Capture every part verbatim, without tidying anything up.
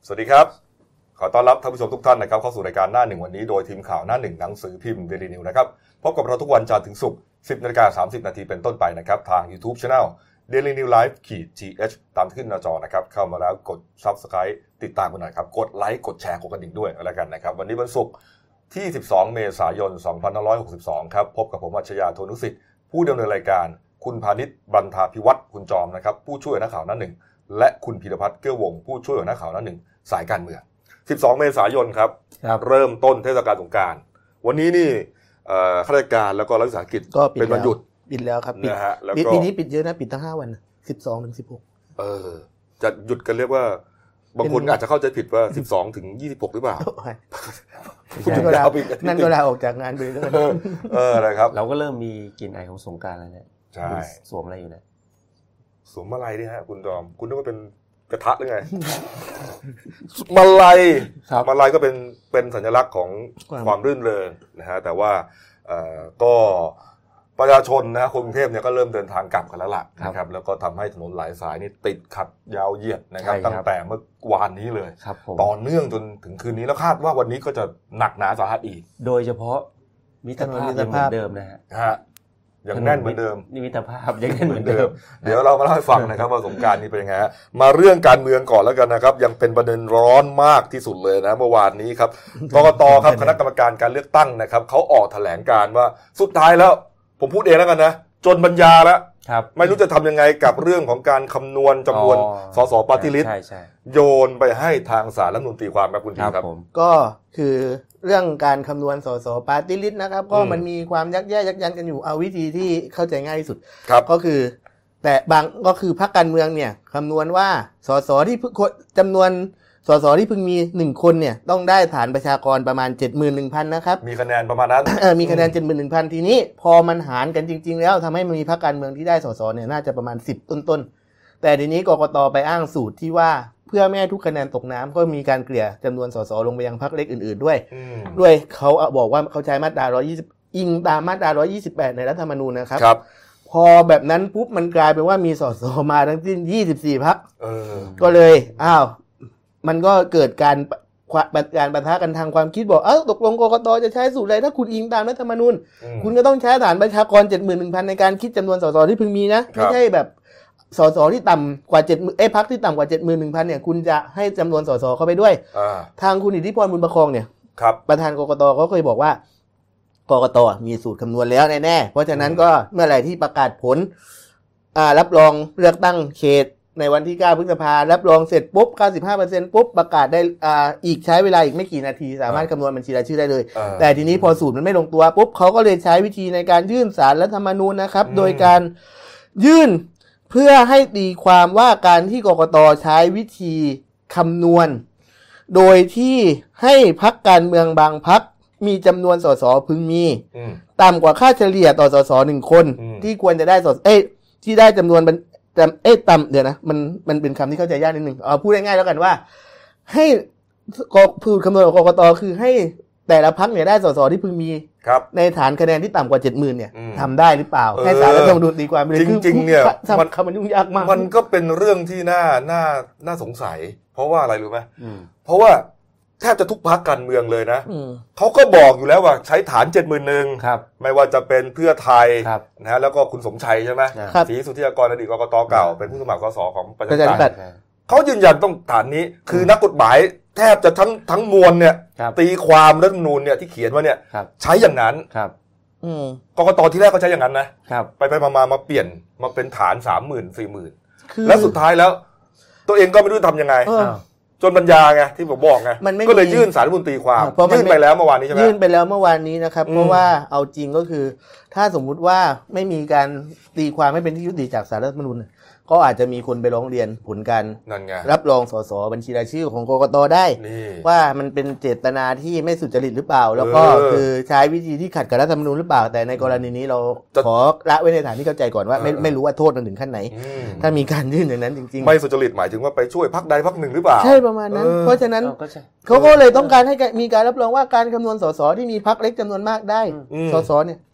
สวัสดีครับขอต้อนรับท่านผู้ชมทุกท่านนะครับเข้าสู่รายการหน้าหนึ่งวันนี้โดยทีมข่าวหน้าหนึ่งหนังสือพิมพ์ Daily News นะครับพบกับเราทุกวันจันทร์ถึงศุกร์ สิบนาฬิกาสามสิบนาทีเป็นต้นไปนะครับทาง YouTube Channel Daily News Live ขีด ที เอช ตามที่ขึ้นหน้าจอนะครับเข้ามาแล้วกด Subscribe ติดตามกันหน่อยครับกดไลค์กดแชร์กดกระดิ่งด้วยแล้วกันนะครับวันนี้วันศุกร์ที่สิบสองเมษายนสองพันห้าร้อยหกสิบสองครับพบกับผมอัจฉริยะ โทนุสิทธิ์ผู้ดำเนินรายการคุณพานิชบรรทาภิวัฒน์คุณจอมนะครับผู้ช่วยนักข่าวหน้าหนึ่งและคุณพีรพัฒน์เกื้อวงผู้ช่วยนักข่าวหน้าหนึ่งสายการเมืองสิบสองเมษายนครับเริ่มต้นเทศกาลสงกรานต์วันนี้นี่ข้าราชการแล้วก็รัฐวิสาหกิจเป็นวันหยุดปิดแล้วครับปิดนะฮะแล้วก็ปีนี้ปิดเยอะนะปิดทั้งห้าวันสิบสองถึงสิบหกเออจะหยุดกันเรียกว่าบางคนอาจจะเข้าใจผิดว่าสิบสองถึงยี่สิบหกหรือเปล่านั่นก็ลานั่นก็ลาออกจากงานไปเลยเออนะครับเราก็เริ่มมีกลิ่นไอของสงกรานต์แล้วเนี่ยใช่สวมอะไรอยู่เนี่ยสวมอะไรดิฮะคุณดอมคุณนึกว่าเป็นกระทะหรือไงมาลัยมาลัยก็เป็นเป็นสัญลักษณ์ของความรื่นเริงนะฮะแต่ว่าเอ่อก็ประชาชนนะคนกรุงเทพเนี่ยก็เริ่มเดินทางกลับกันแล้วล่ะนะครับแล้วก็ทำให้ถนนหลายสายนี่ติดขัดยาวเหยียดนะครับตั้งแต่เมื่อวานนี้เลยต่อเนื่องจนถึงคืนนี้แล้วคาดว่าวันนี้ก็จะหนักหนาสาหัสอีกโดยเฉพาะมิตรภาพยังเหมือนเดิมนะฮะฮะยังแน่นเหมือนเดิมนี่มิตรภาพยังแน่นเหมือนเดิมเดี๋ยวเรามาเล่าให้ฟังนะครับว่าสงกรานต์นี้เป็นยังไงฮะมาเรื่องการเมืองก่อนแล้วกันนะครับยังเป็นประเด็นร้อนมากที่สุดเลยนะเมื่อวานนี้ครับกกตครับคณะกรรมการการเลือกตั้งนะครับเขาออกแถลงการว่าสุดท้ายแล้วผมพูดเองแล้วกันนะจนปัญญาแล้วไม่รู้จะทำยังไงกับเรื่องของการคำนวณจำนวนสสปาร์ตี้ลิสต์โยนไปให้ทางศาลรัฐธรรมนูญตีความครับคุณทีครับก็คือเรื่องการคำนวณสสปาร์ตี้ลิสต์นะครับก็มันมีความยักแย่ยักยันกันอยู่เอาวิธีที่เข้าใจง่ายที่สุดก็คือแต่บางก็คือพรรคการเมืองเนี่ยคำนวณว่าสสที่จำนวนสสที่เพิ่งมีหนึ่งคนเนี่ยต้องได้ฐานประชากรประมาณ เจ็ดหมื่นหนึ่งพัน นะครับมีคะแนนประมาณนั้นเออมีคะแนน เจ็ดหมื่นหนึ่งพัน ทีนี้พอมันหารกันจริงๆแล้วทำให้มันมีพรรคการเมืองที่ได้สสเนี่ยน่าจะประมาณสิบต้นๆแต่ทีนี้กกตไปอ้างสูตรที่ว่าเพื่อไม่ให้ทุกคะแนนตกน้ำก็มีการเกลี่ยจำนวนสสลงไปยังพรรคเล็กอื่นๆด้วยด้วยเขาบอกว่าเขาใช้มาตราหนึ่งร้อยยี่สิบอิงตามมาตราหนึ่งร้อยยี่สิบแปดในรัฐธรรมนูญนะครับครับพอแบบนั้นปุ๊บมันกลายเป็นว่ามีสสมาทั้งสิ้นยี่สิบสี่พรรคเออก็เลยอ้าวมันก็เกิดการการปะทะกันทางความคิดบอกเอ้าตกลงกกตจะใช้สูตรอะไรถ้าคุณอิงตามรัฐธรรมนูญคุณก็ต้องใช้ฐานประชากร เจ็ดหมื่นหนึ่งพัน ในการคิดจำนวนสสที่พึงมีนะไม่ใช่แบบสสที่ต่ำกว่า70,000เอ้ยพรรคที่ต่ำกว่า เจ็ดหมื่นหนึ่งพัน เนี่ยคุณจะให้จำนวนสสเข้าไปด้วยทางคุณอิทธิพรบุญประคองเนี่ยประธานกกตเขาเคยบอกว่ากกตมีสูตรคำนวณแล้วแน่ๆเพราะฉะนั้นก็เมื่อไหร่ที่ประกาศผลอ่ารับรองเลือกตั้งเขตในวันที่เก้าพฤษภาคมรับรองเสร็จปุ๊บ เก้าสิบห้าเปอร์เซ็นต์ ปุ๊บประกาศได้อ่าอีกใช้เวลาอีกไม่กี่นาทีสามารถคำนวณบัญชีรายชื่อได้เลยแต่ทีนี้พอสูตรมันไม่ลงตัวปุ๊บเขาก็เลยใช้วิธีในการยื่นศาลรัฐธรรมนูญนะครับโดยการยื่นเพื่อให้ตีความว่าการที่กกตใช้วิธีคำนวณโดยที่ให้พรรคการเมืองบางพรรคมีจำนวนสสพึงมีต่ำกว่าค่าเฉลี่ยต่อสสหนึ่งคนที่ควรจะได้สสเอ้ยที่ได้จำนวนแต่เอ๊ะต่ำเดี๋ยวนะมันมันเป็นคำที่เข้าใจยากนิดนึงเอาพูดง่ายๆแล้วกันว่าให้กพูดคำนวณของกกตคือให้แต่ละพรรคเนี่ยได้สสที่พึงมีในฐานคะแนนที่ต่ำกว่า เจ็ดหมื่น เนี่ยทำได้หรือเปล่าให้ศาลรัฐธรรมนูญตีความจริงๆเนี่ยมันคำมันยุ่งยากมากมันก็เป็นเรื่องที่น่าน่าน่าสงสัยเพราะว่าอะไรรู้ไหมเพราะว่าแทบจะทุกพรรคการเมืองเลยนะเขาก็บอกอยู่แล้วว่าใช้ฐาน เจ็ดหมื่นหนึ่งพัน ไม่ว่าจะเป็นเพื่อไทยนะฮะแล้วก็คุณสมชัยใช่ไหมศรีสุทธิยากรอดีตกกตเก่าเป็นผู้สมัครสสของประชาธิปัตย์เขายืนยันต้องฐานนี้คือนักกฎหมายแทบจะทั้งทั้งมวลเนี่ยตีความรัฐธรรมนูญเนี่ยที่เขียนว่าเนี่ยใช้อย่างนั้นกกตที่แรกก็ใช้อย่างนั้นนะไปไปมามามาเปลี่ยนมาเป็นฐาน สามหมื่น สี่หมื่น แล้วสุดท้ายแล้วตัวเองก็ไม่รู้ทำยังไงจนปัญญาไงที่ผมบอกไงก็เลยยื่นศาลรัฐธรรมนูญตีความยื่นไปแล้วเมื่อวานนี้ใช่ไหมยื่นไปแล้วเมื่อวานนี้นะครับเพราะว่าเอาจริงก็คือถ้าสมมุติว่าไม่มีการตีความไม่เป็นที่ยุติจากศาลรัฐธรรมนูญก็อาจจะมีคนไปร้องเรียนผลการรับรองสสบัญชีรายชื่อของกกตได้ว่ามันเป็นเจตนาที่ไม่สุจริตหรือเปล่าแล้วก็คือใช้วิธีที่ขัดกับรัฐธรรมนูญหรือเปล่าแต่ในกรณีนี้เราขอละไว้ในฐานที่เข้าใจก่อนว่าไม่ไม่รู้ว่าโทษมันถึงขั้นไหนถ้ามีการยื่นอย่างนั้นจริงๆไม่สุจริตหมายถึงว่าไปช่วยพรรคใดพรรคหนึ่งหรือเปล่าใช่ประมาณนั้นเพราะฉะนั้นเขาก็เลยต้องการให้มีการรับรองว่าการคำนวณสสที่มีพรรคเล็กจำนวนมากได้สสเนี่ย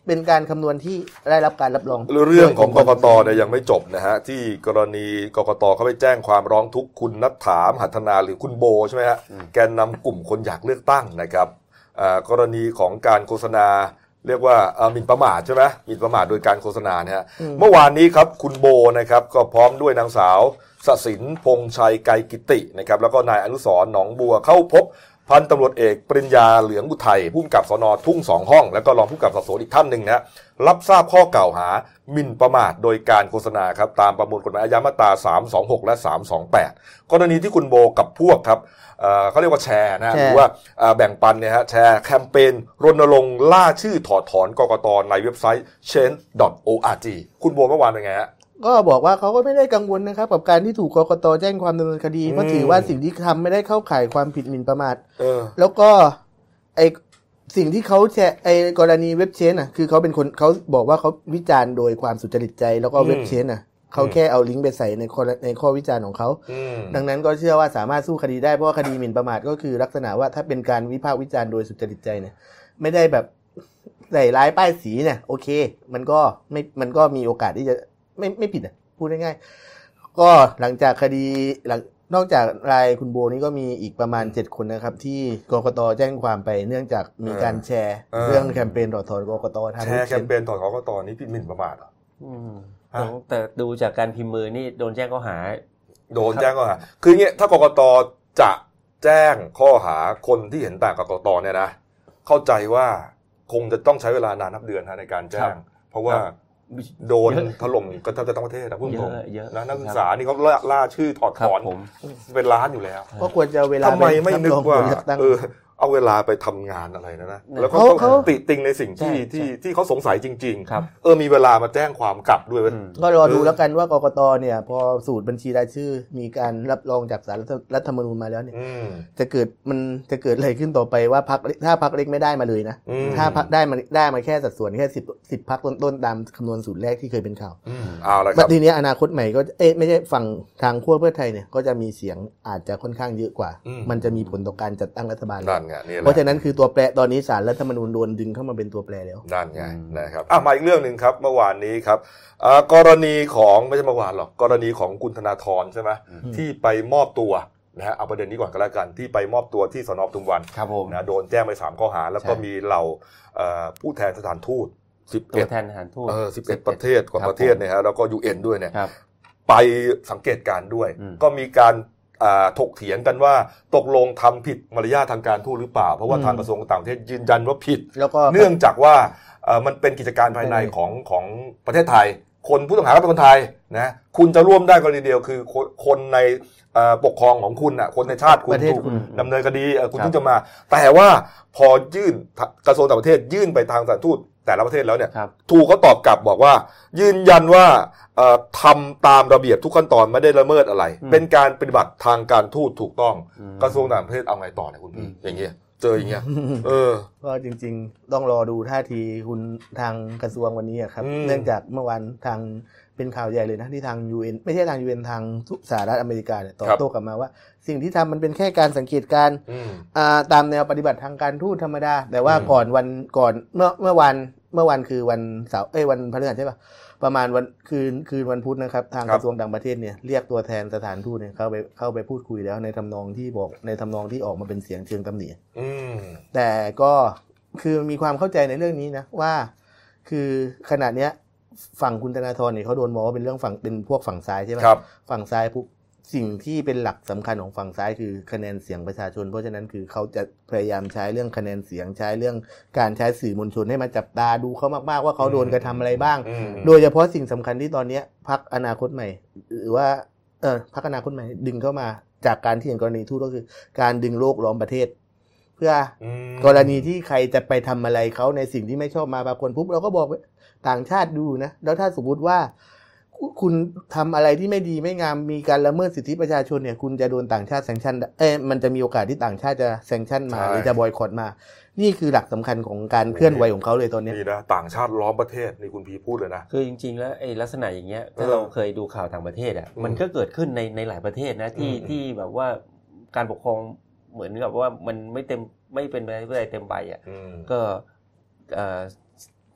เป็นการคำนวณที่ได้รับการรับรองเรื่องของกกตเนี่ยยังไม่จบนะฮะที่กรณีกกตเขาไปแจ้งความร้องทุกข์คุณนัทถา หัตถนาหรือคุณโบใช่ไหมฮะแกนนำกลุ่มคนอยากเลือกตั้งนะครับกรณีของการโฆษณาเรียกว่าหมิ่นประมาทใช่ไหมหมิ่นประมาทโดยการโฆษณาเนี่ยฮะเมื่อวานนี้ครับคุณโบนะครับก็พร้อมด้วยนางสาวสศินพงษ์ชัยไกรกิตินะครับแล้วก็นายอนุสรณ์หนองบัวเข้าพบพันตำรวจเอกปริญญาเหลืองอุทัยผู้กำกับสน.ทุ่งสองห้องแล้วก็รองผู้กำกับสอบสวนอีกท่านหนึ่งนะรับทราบข้อกล่าวหาหมิ่นประมาทโดยการโฆษณาครับตามประมวลกฎหมายอาญามาตราสามสองหกและสามสองแปดกรณีที่คุณโบกับพวกครับเอ่อเขาเรียกว่าแชร์นะหรือว่าแบ่งปันเนี่ยฮะแชร์แคมเปญรณรงค์ล่าชื่อถอดถอนกกตในเว็บไซต์ เชนจ์ ดอท โอ อาร์ จี คุณโบเมื่อวานเป็นไงฮะก็บอกว่าเขาก็ไม่ได้กังวลนะครับกับการที่ถูกกกตแจ้งความดำเนินคดีเพราะถือว่าสิ่งที่ทำไม่ได้เข้าข่ายความผิดหมิ่นประมาทแล้วก็ไอสิ่งที่เขาแชร์ไอกรณีเว็บเชนน่ะคือเขาเป็นคนเขาบอกว่าเขาวิจารณ์โดยความสุจริตใจแล้วก็เว็บเชนน่ะเขาแค่เอาลิงก์ไปใส่ในข้อในข้อวิจารณ์ของเขาดังนั้นก็เชื่อว่าสามารถสู้คดีได้เพราะว่าคดีหมิ่นประมาทก็คือลักษณะว่าถ้าเป็นการวิพากษ์วิจารณ์โดยสุจริตใจเนี่ยไม่ได้แบบใส่ร้ายป้ายสีเนี่ยโอเคมันก็ไม่มันก็มีโอกาสที่จะไม่ไม่ผิดอ่ะพูดง่ายๆก็หลังจากคดีหลังนอกจากรายคุณโบนี้ก็มีอีกประมาณเจ็ดคนนะครับที่กกตแจ้งความไปเนื่องจากมีการแชร์เรื่องแคมเปญถอดถอนกกตทางแชร์แคมเปญถอดถอนกกตนี้ผิดหมิ่นประมาทเหรออืมแต่ดูจากการพิมพ์มือนี่โดนแจ้งข้อหาโดนแจ้งข้อหาคือเงี้ยถ้ากกตจะแจ้งข้อหาคนที่เห็นต่างกับกกตเนี่ยนะเข้าใจว่าคงจะต้องใช้เวลานานนับเดือนในการแจ้งเพราะว่าโดนถล่มกันทั้งประเทศนะพูดตรงนะนักศึกษานี่เขาล่าชื่อถอดถอนเป็นล้านอยู่แล้วก็ควรจะเวลาทำไมไม่นึกว่าเออเอาเวลาไปทำงานอะไรนะนะแล้วก็ต้องติติงในสิ่งที่ที่ที่เขาสงสัยจริงๆเออมีเวลามาแจ้งความกลับด้วยก็รอดูแล้วกันว่ากกตเนี่ยพอสูตรบัญชีรายชื่อมีการรับรองจากศาลรัฐธรรมนูญมาแล้วเนี่ยจะเกิดมันจะเกิดอะไรขึ้นต่อไปว่าพรรคถ้าพรรคเล็กไม่ได้มาเลยนะถ้าพรรคได้มาได้มาแค่สัดส่วนแค่สิบ สิบพรรคต้นๆตามคำนวณสูตรแรกที่เคยเป็นข่าวเอาละครับทีนี้อนาคตใหม่ก็เอ๊ะไม่ใช่ฝั่งทางขั้วเพื่อไทยเนี่ยก็จะมีเสียงอาจจะค่อนข้างเยอะกว่ามันจะมีผลต่อการจัดตั้งรัฐบาลเพราะฉะนั้นคือตัวแปรตอนนี้ศาลรัฐธรรมนูญโดนดึงเข้ามาเป็นตัวแปรแล้วนั่นไงนะครับอ่ะมาอีกเรื่องนึงครับเมื่อวานนี้ครับกรณีของไม่ใช่เมื่อวานหรอกกรณีของคุณธนาธรใช่ไหมที่ไปมอบตัวนะฮะเอาประเด็นนี้ก่อนก็แล้วกันที่ไปมอบตัวที่สน.ปทุมวันนะโดนแจ้งไปสามข้อหาแล้วก็มีเหล่าผู้แทนสถานทูตสิบเอ็ดแทนสถานทูตเออสิบเอ็ดประเทศกว่าประเทศเนี่ยฮะแล้วก็ ยู เอ็น ด้วยเนี่ยไปสังเกตการด้วยก็มีการถกเถียงกันว่าตกลงทำผิดมารยาททางการทูตหรือเปล่าเพราะว่าทางกระทรวงต่างประเทศยืนยันว่าผิดเนื่องจากว่ามันเป็นกิจการภายในของของประเทศไทยคนผู้ต้องหาก็เป็นคนไทยนะคุณจะร่วมได้กรณีเดียวคือคนในปกครองของคุณน่ะคนในชาติคุณถูกดำเนินคดีคุณถึงจะมาแต่ว่าพอยื่นกระทรวงต่างประเทศยื่นไปทางสถานทูตแต่ละประเทศแล้วเนี่ยถูกเขาตอบกลับบอกว่ายืนยันว่าทำตามระเบียบทุกขั้นตอนไม่ได้ละเมิดอะไรเป็นการปฏิบัติทางการทูตถูกต้องกระทรวงต่างประเทศเอาไงต่อเนี่ยคุณพี่อย่างเงี้ยเจออย่างเงี้ยเออก็จริงๆต้องรอดูท่าทีคุณทางกระทรวงวันนี้ครับเนื่องจากเมื่อวานทางเป็นข่าวใหญ่เลยนะที่ทาง ยู เอ็น ไม่ใช่ทาง ยู เอ็น ทางสหรัฐอเมริกาเนี่ยตอบโต้กลับมาว่าสิ่งที่ทำมันเป็นแค่การสังเกตการตามแนวปฏิบัติทางการทูตธรรมดาแต่ว่าก่อนวันก่อนเมื่อเมื่อวันเมื่อวันคือวันเสาร์เอ้ยวันพฤหัสใช่ป่ะประมาณวันคืนคืนวันพุธนะครับทางกระทรวงต่างประเทศเนี่ยเรียกตัวแทนสถานทูตเนี่ยเข้าไปเข้าไปพูดคุยแล้วในทำนองที่บอกในทำนองที่ออกมาเป็นเสียงเชิงตำหนิแต่ก็คือมีความเข้าใจในเรื่องนี้นะว่าคือขณะเนี้ยฝั่งคุณธนาธรเนี่ยเขาโดนมองว่าเป็นเรื่องฝั่งเป็นพวกฝั่งซ้ายใช่ไหมฝั่งซ้ายปุ๊บสิ่งที่เป็นหลักสำคัญของฝั่งซ้ายคือคะแนนเสียงประชาชนเพราะฉะนั้นคือเขาจะพยายามใช้เรื่องคะแนนเสียงใช้เรื่องการใช้สื่อมวลชนให้มาจับตาดูเขามากๆว่าเขาโดนกระทำอะไรบ้างโดยเฉพาะสิ่งสำคัญที่ตอนนี้พรรคอนาคตใหม่หรือว่าเออพรรคอนาคตใหม่ดึงเข้ามาจากการที่เห็นกรณีทูตก็คือการดึงโลกล้อมประเทศเพื่อกรณีที่ใครจะไปทำอะไรเขาในสิ่งที่ไม่ชอบมาปรากฏปุ๊บเราก็บอกต่างชาติดูนะแล้วถ้าสมมติว่าคุณทำอะไรที่ไม่ดีไม่งามมีการละเมิดสิทธิประชาชนเนี่ยคุณจะโดนต่างชาติแซงชั่นเอ้ยมันจะมีโอกาสที่ต่างชาติจะแซงชั่นมาหรือจะบอยคอตมานี่คือหลักสำคัญของการเคลื่อนไหวของเขาเลยตอนนี้นี่นะต่างชาติล้อมประเทศนี่คุณพีพูดเลยนะคือจริงๆแล้วไอ้ลักษณะอย่างเงี้ยถ้าเราเคยดูข่าวต่างประเทศอ่ะมันก็เกิดขึ้นในในหลายประเทศนะที่ที่แบบว่าการปกครองเหมือนกับว่ามันไม่เต็มไม่เป็นไปได้เต็มใบอ่ะก็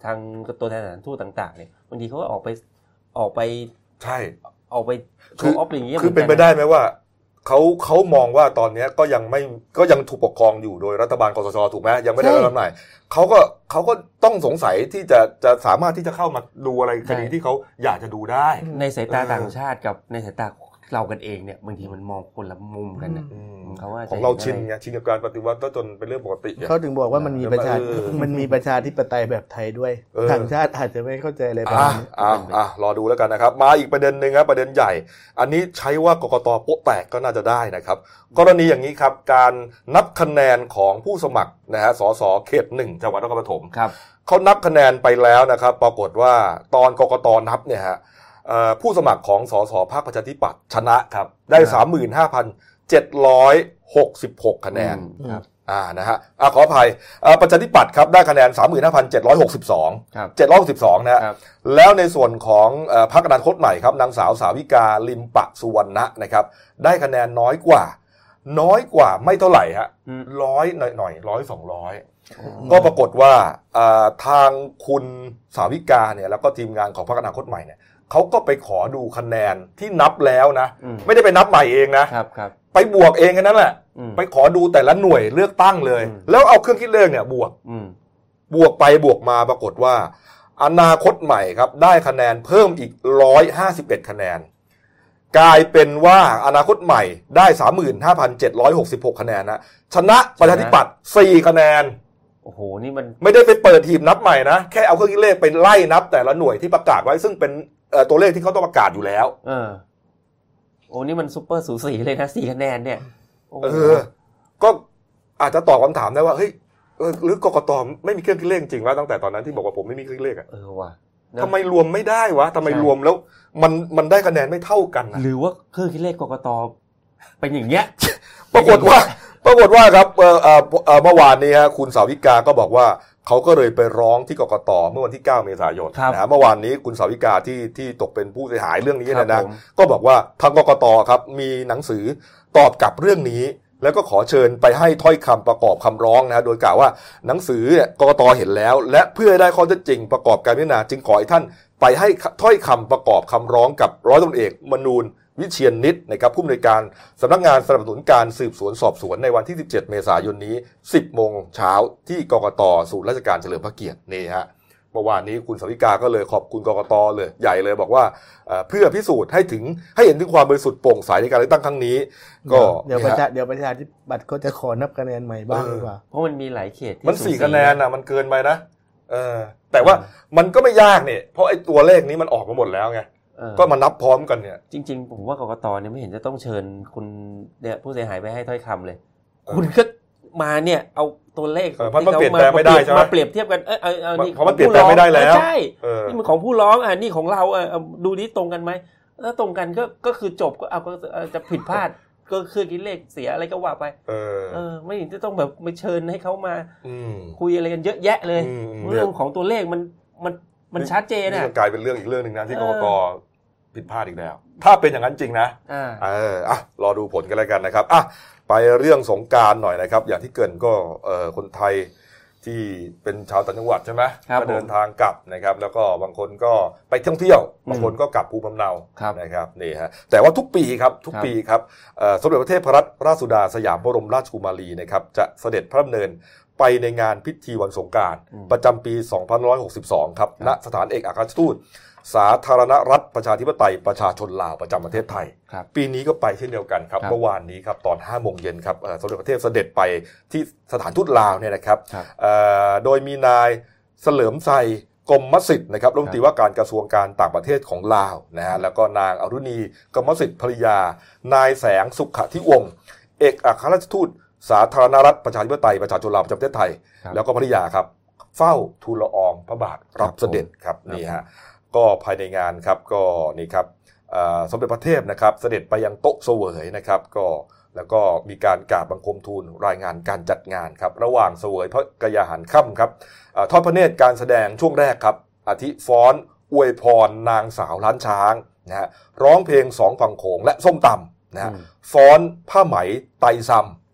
ทางตัวแทนสถานทูตต่างๆเนี่ยบางทีเขาก็ออกไปออกไปใช่ออกไปโชว์ออฟอย่างเงี้ยคือเป็นไปได้ไหมว่าเขาเขามองว่าตอนนี้ก็ยังไม่ก็ยังถูกปกครองอยู่โดยรัฐบาลคสช.ถูกไหมยังไม่ได้รับใหม่เขาก็เขาก็ต้องสงสัยที่จะจะสามารถที่จะเข้ามาดูอะไรคดีที่เขาอยากจะดูได้ในสายตาต่างชาติกับในสายตาเรากันเองเนี่ยบางทีมันมองคนละมุมกันนะเขาว่าของเราชินไงชินกับการปฏิวัติจนเป็นเรื่องปกติเขาถึงบอกว่ามันมีประชามันมีประชาธิปไตยแบบไทยด้วยต่างชาติอาจจะไม่เข้าใจเลยอ่ะอ่ะอ่ะรอดูแล้วกันนะครับมาอีกประเด็นนึงครับประเด็นใหญ่อันนี้ใช้ว่ากกต.โป๊ะแตกก็น่าจะได้นะครับกรณีอย่างนี้ครับการนับคะแนนของผู้สมัครนะฮะสสเขตหนึ่งจังหวัดนครปฐมเขานับคะแนนไปแล้วนะครับปรากฏว่าตอนกกต.นับเนี่ยฮะผู้สมัครของสสพรรคประชาธิปัตย์ชนะครับได้ สามหมื่นห้าพันเจ็ดร้อยหกสิบหก คะแนนครับอ่านะฮะอ่าขออภัยอ่าประชาธิปัตย์ครับได้คะแนน สามหมื่นห้าพันเจ็ดร้อยหกสิบสองครับเจ็ดร้อยหกสิบสองนะฮะแล้วในส่วนของเอ่อพรรคอนาคตใหม่ครับนางสาวสาวิกาลิมปะสุวรรณะนะครับได้คะแนนน้อยกว่าน้อยกว่าไม่เท่าไหร่ฮะร้อยหน่อยหน่อยร้อยสองร้อยก็ปรากฏว่าอ่าทางคุณสาวิกาเนี่ยแล้วก็ทีมงานของพรรคอนาคตใหม่เนี่ยเขาก็ไปขอดูคะแนนที่นับแล้วนะไม่ได้ไปนับใหม่เองนะครับครับไปบวกเองกันนั่นแหละไปขอดูแต่ละหน่วยเลือกตั้งเลยแล้วเอาเครื่องคิดเลขเนี่ยบวกบวกไปบวกมาปรากฏว่าอนาคตใหม่ครับได้คะแนนเพิ่มอีกหนึ่งร้อยห้าสิบเอ็ดคะแนนกลายเป็นว่าอนาคตใหม่ได้ สามหมื่นห้าพันเจ็ดร้อยหกสิบหก คะแนนนะชนะประชาธิปัตย์สี่คะแนนโอ้โหนี่มันไม่ได้ไปเปิดหีบนับใหม่นะแค่เอาเครื่องคิดเลขไปไล่นับแต่ละหน่วยที่ประกาศไว้ซึ่งเป็นเอ่อตัวเลขที่เขาต้องประกาศอยู่แล้วเออโอ้นี่มันซุปเปอร์สูสีเลยนะสี่คะแนนเนี่ยเออก็อาจจะตอบคำถามได้ว่าเฮ้ยหรือกกต.ไม่มีเครื่องคิดเลขจริงวะตั้งแต่ตอนนั้นที่บอกว่าผมไม่มีเครื่องเลขอ่ะเออว่ะทำไมรวมไม่ได้วะทำไมรวมแล้วมันมันได้คะแนนไม่เท่ากันหรือว่าเครื่องคิดเลขกกต.เป็นอย่างเงี้ยปรากฏว่าปรากฏว่าครับเอ่อเอ่อเมื่อวานนี้ฮะคุณสาวิกาก็บอกว่าเขาก็เลยไปร้องที่กกต.เมื่อวันที่เก้าเมษายนนะฮะเมื่อวานนี้คุณสาวิกาที่ที่ตกเป็นผู้เสียหายเรื่องนี้นะนะก็บอกว่าทางกกต.ครับมีหนังสือตอบกลับเรื่องนี้แล้วก็ขอเชิญไปให้ถ้อยคำประกอบคำร้องนะโดยกล่าวว่าหนังสือเนี่ยกกต.เห็นแล้วและเพื่อให้ได้ข้อเท็จจริงประกอบการพิจารณาจึงขอให้ท่านไปให้ถ้อยคำประกอบคำร้องกับร้อยตำรวจเอกมนูนวิเชียรนิตนะครับผู้อำนวยการสำนักงานสนับสนุนการสืบสวนสอบสวนในวันที่สิบเจ็ดเมษายนนี้ สิบโมงเช้าที่กกต.ศูนย์ราชการเฉลิมพระเกียรตินี่ฮะเมื่อวานนี้คุณสาวิกาก็เลยขอบคุณกกต.เลยใหญ่เลยบอกว่าเพื่อพิสูจน์ให้ถึงให้เห็นถึงความบริสุทธิ์โปร่งใสในการเลือกตั้งครั้งนี้ก็เดี๋ยวประชาเดี๋ยวประชาธิปัตย์ก็จะขอนับคะแนนใหม่บ้างดีกว่าเพราะมันมีหลายเขตมันสี่คะแนนน่ะมันเกินไปนะเออแต่ว่ามันก็ไม่ยากเนี่ยเพราะไอ้ตัวเลขนี้มันออกมาหมดแล้วไงก็มานับพร้อมกันเนี่ยจริงๆผมว่ากกต.เนี่ยไม่เห็นจะต้องเชิญคุณเนี่ยผู้เสียหายไปให้ถ้อยคำเลยคุณก็มาเนี่ยเอาตัวเลขที่เขาเปลี่ยนแปลงไม่ได้ใช่ไหมมาเปรียบเทียบกันเออเออนี่เพราะมันเปลี่ยนแปลงไม่ได้แล้วใช่นี่มันของผู้ร้องอ่ะนี่ของเราอ่ะดูนี้ตรงกันไหมถ้าตรงกันก็ก็คือจบก็เอาก็จะผิดพลาดก็คือคิดเลขเสียอะไรก็ว่าไปเออเออไม่เห็นจะต้องแบบไปเชิญให้เขามาคุยอะไรกันเยอะแยะเลยเรื่องของตัวเลขมันมันมันชัดเจนนะกลายเป็นเรื่องอีกเรื่องนึงนะที่กกต.ผิดพลาดอีกแล้วถ้าเป็นอย่างนั้นจริงนะเอออ่ะรอดูผลกันแล้วกันนะครับอ่ะไปเรื่องสงกรานต์หน่อยนะครับอย่างที่เกินก็เอ่อคนไทยที่เป็นชาวต่างจังหวัดใช่ไหมก็เดินทางกลับนะครับแล้วก็บางคนก็ไปท่องเที่ยวบางคนก็กลับภูมิลำเนานะครับนี่ฮะแต่ว่าทุกปีครับทุกปีครับสมเด็จพระเทพรัตนราชสุดาสยามบรมราชกุมารีนะครับจะเสด็จพระดำเนินไปในงานพิธีวันสงกรานต์ประจำปีสองพันห้าร้อยหกสิบสองครับณสถานเอกอัครราชทูตสาธารณรัฐประชาธิปไตยประชาชนลาวประจำประเทศไทยปีนี้ก็ไปเช่นเดียวกันครับเมื่อวานนี้ครับตอนห้าโมงเย็นครับสมเด็จพระเทพเสด็จไปที่สถานทูตลาวเนี่ยนะครับโดยมีนายเฉลิมชัยกรมสิทธิ์นะครับรัฐมนตรีว่าการกระทรวงการต่างประเทศของลาวนะฮะแล้วก็นางอรุณีกรรมสิทธิ์ภริยานายแสงสุขธิวงศ์เอกอัครราชทูตสาธารณรัฐประชาธิปไตยประชาชนลาวประจำประเทศไทยแล้วก็ภริยาครับเฝ้าทูลละอองพระบาทรับเสด็จครับนี่ฮะก็ภายในงานครับก็นี่ครับสมเด็จพระเทพนะครับเสด็จไปยังโต๊ะเสวยนะครับก็แล้วก็มีการกราบบังคมทูลรายงานการจัดงานครับระหว่างเสวยพระกยาหารค่ำครับทอดพระเนตรการแสดงช่วงแรกครับอาทิฟ้อนอวยพรนางสาวล้านช้างนะฮะร้องเพลงสองฝั่งโขงและส้มตำนะฮะฟ้อนผ้าไหมไตรซำ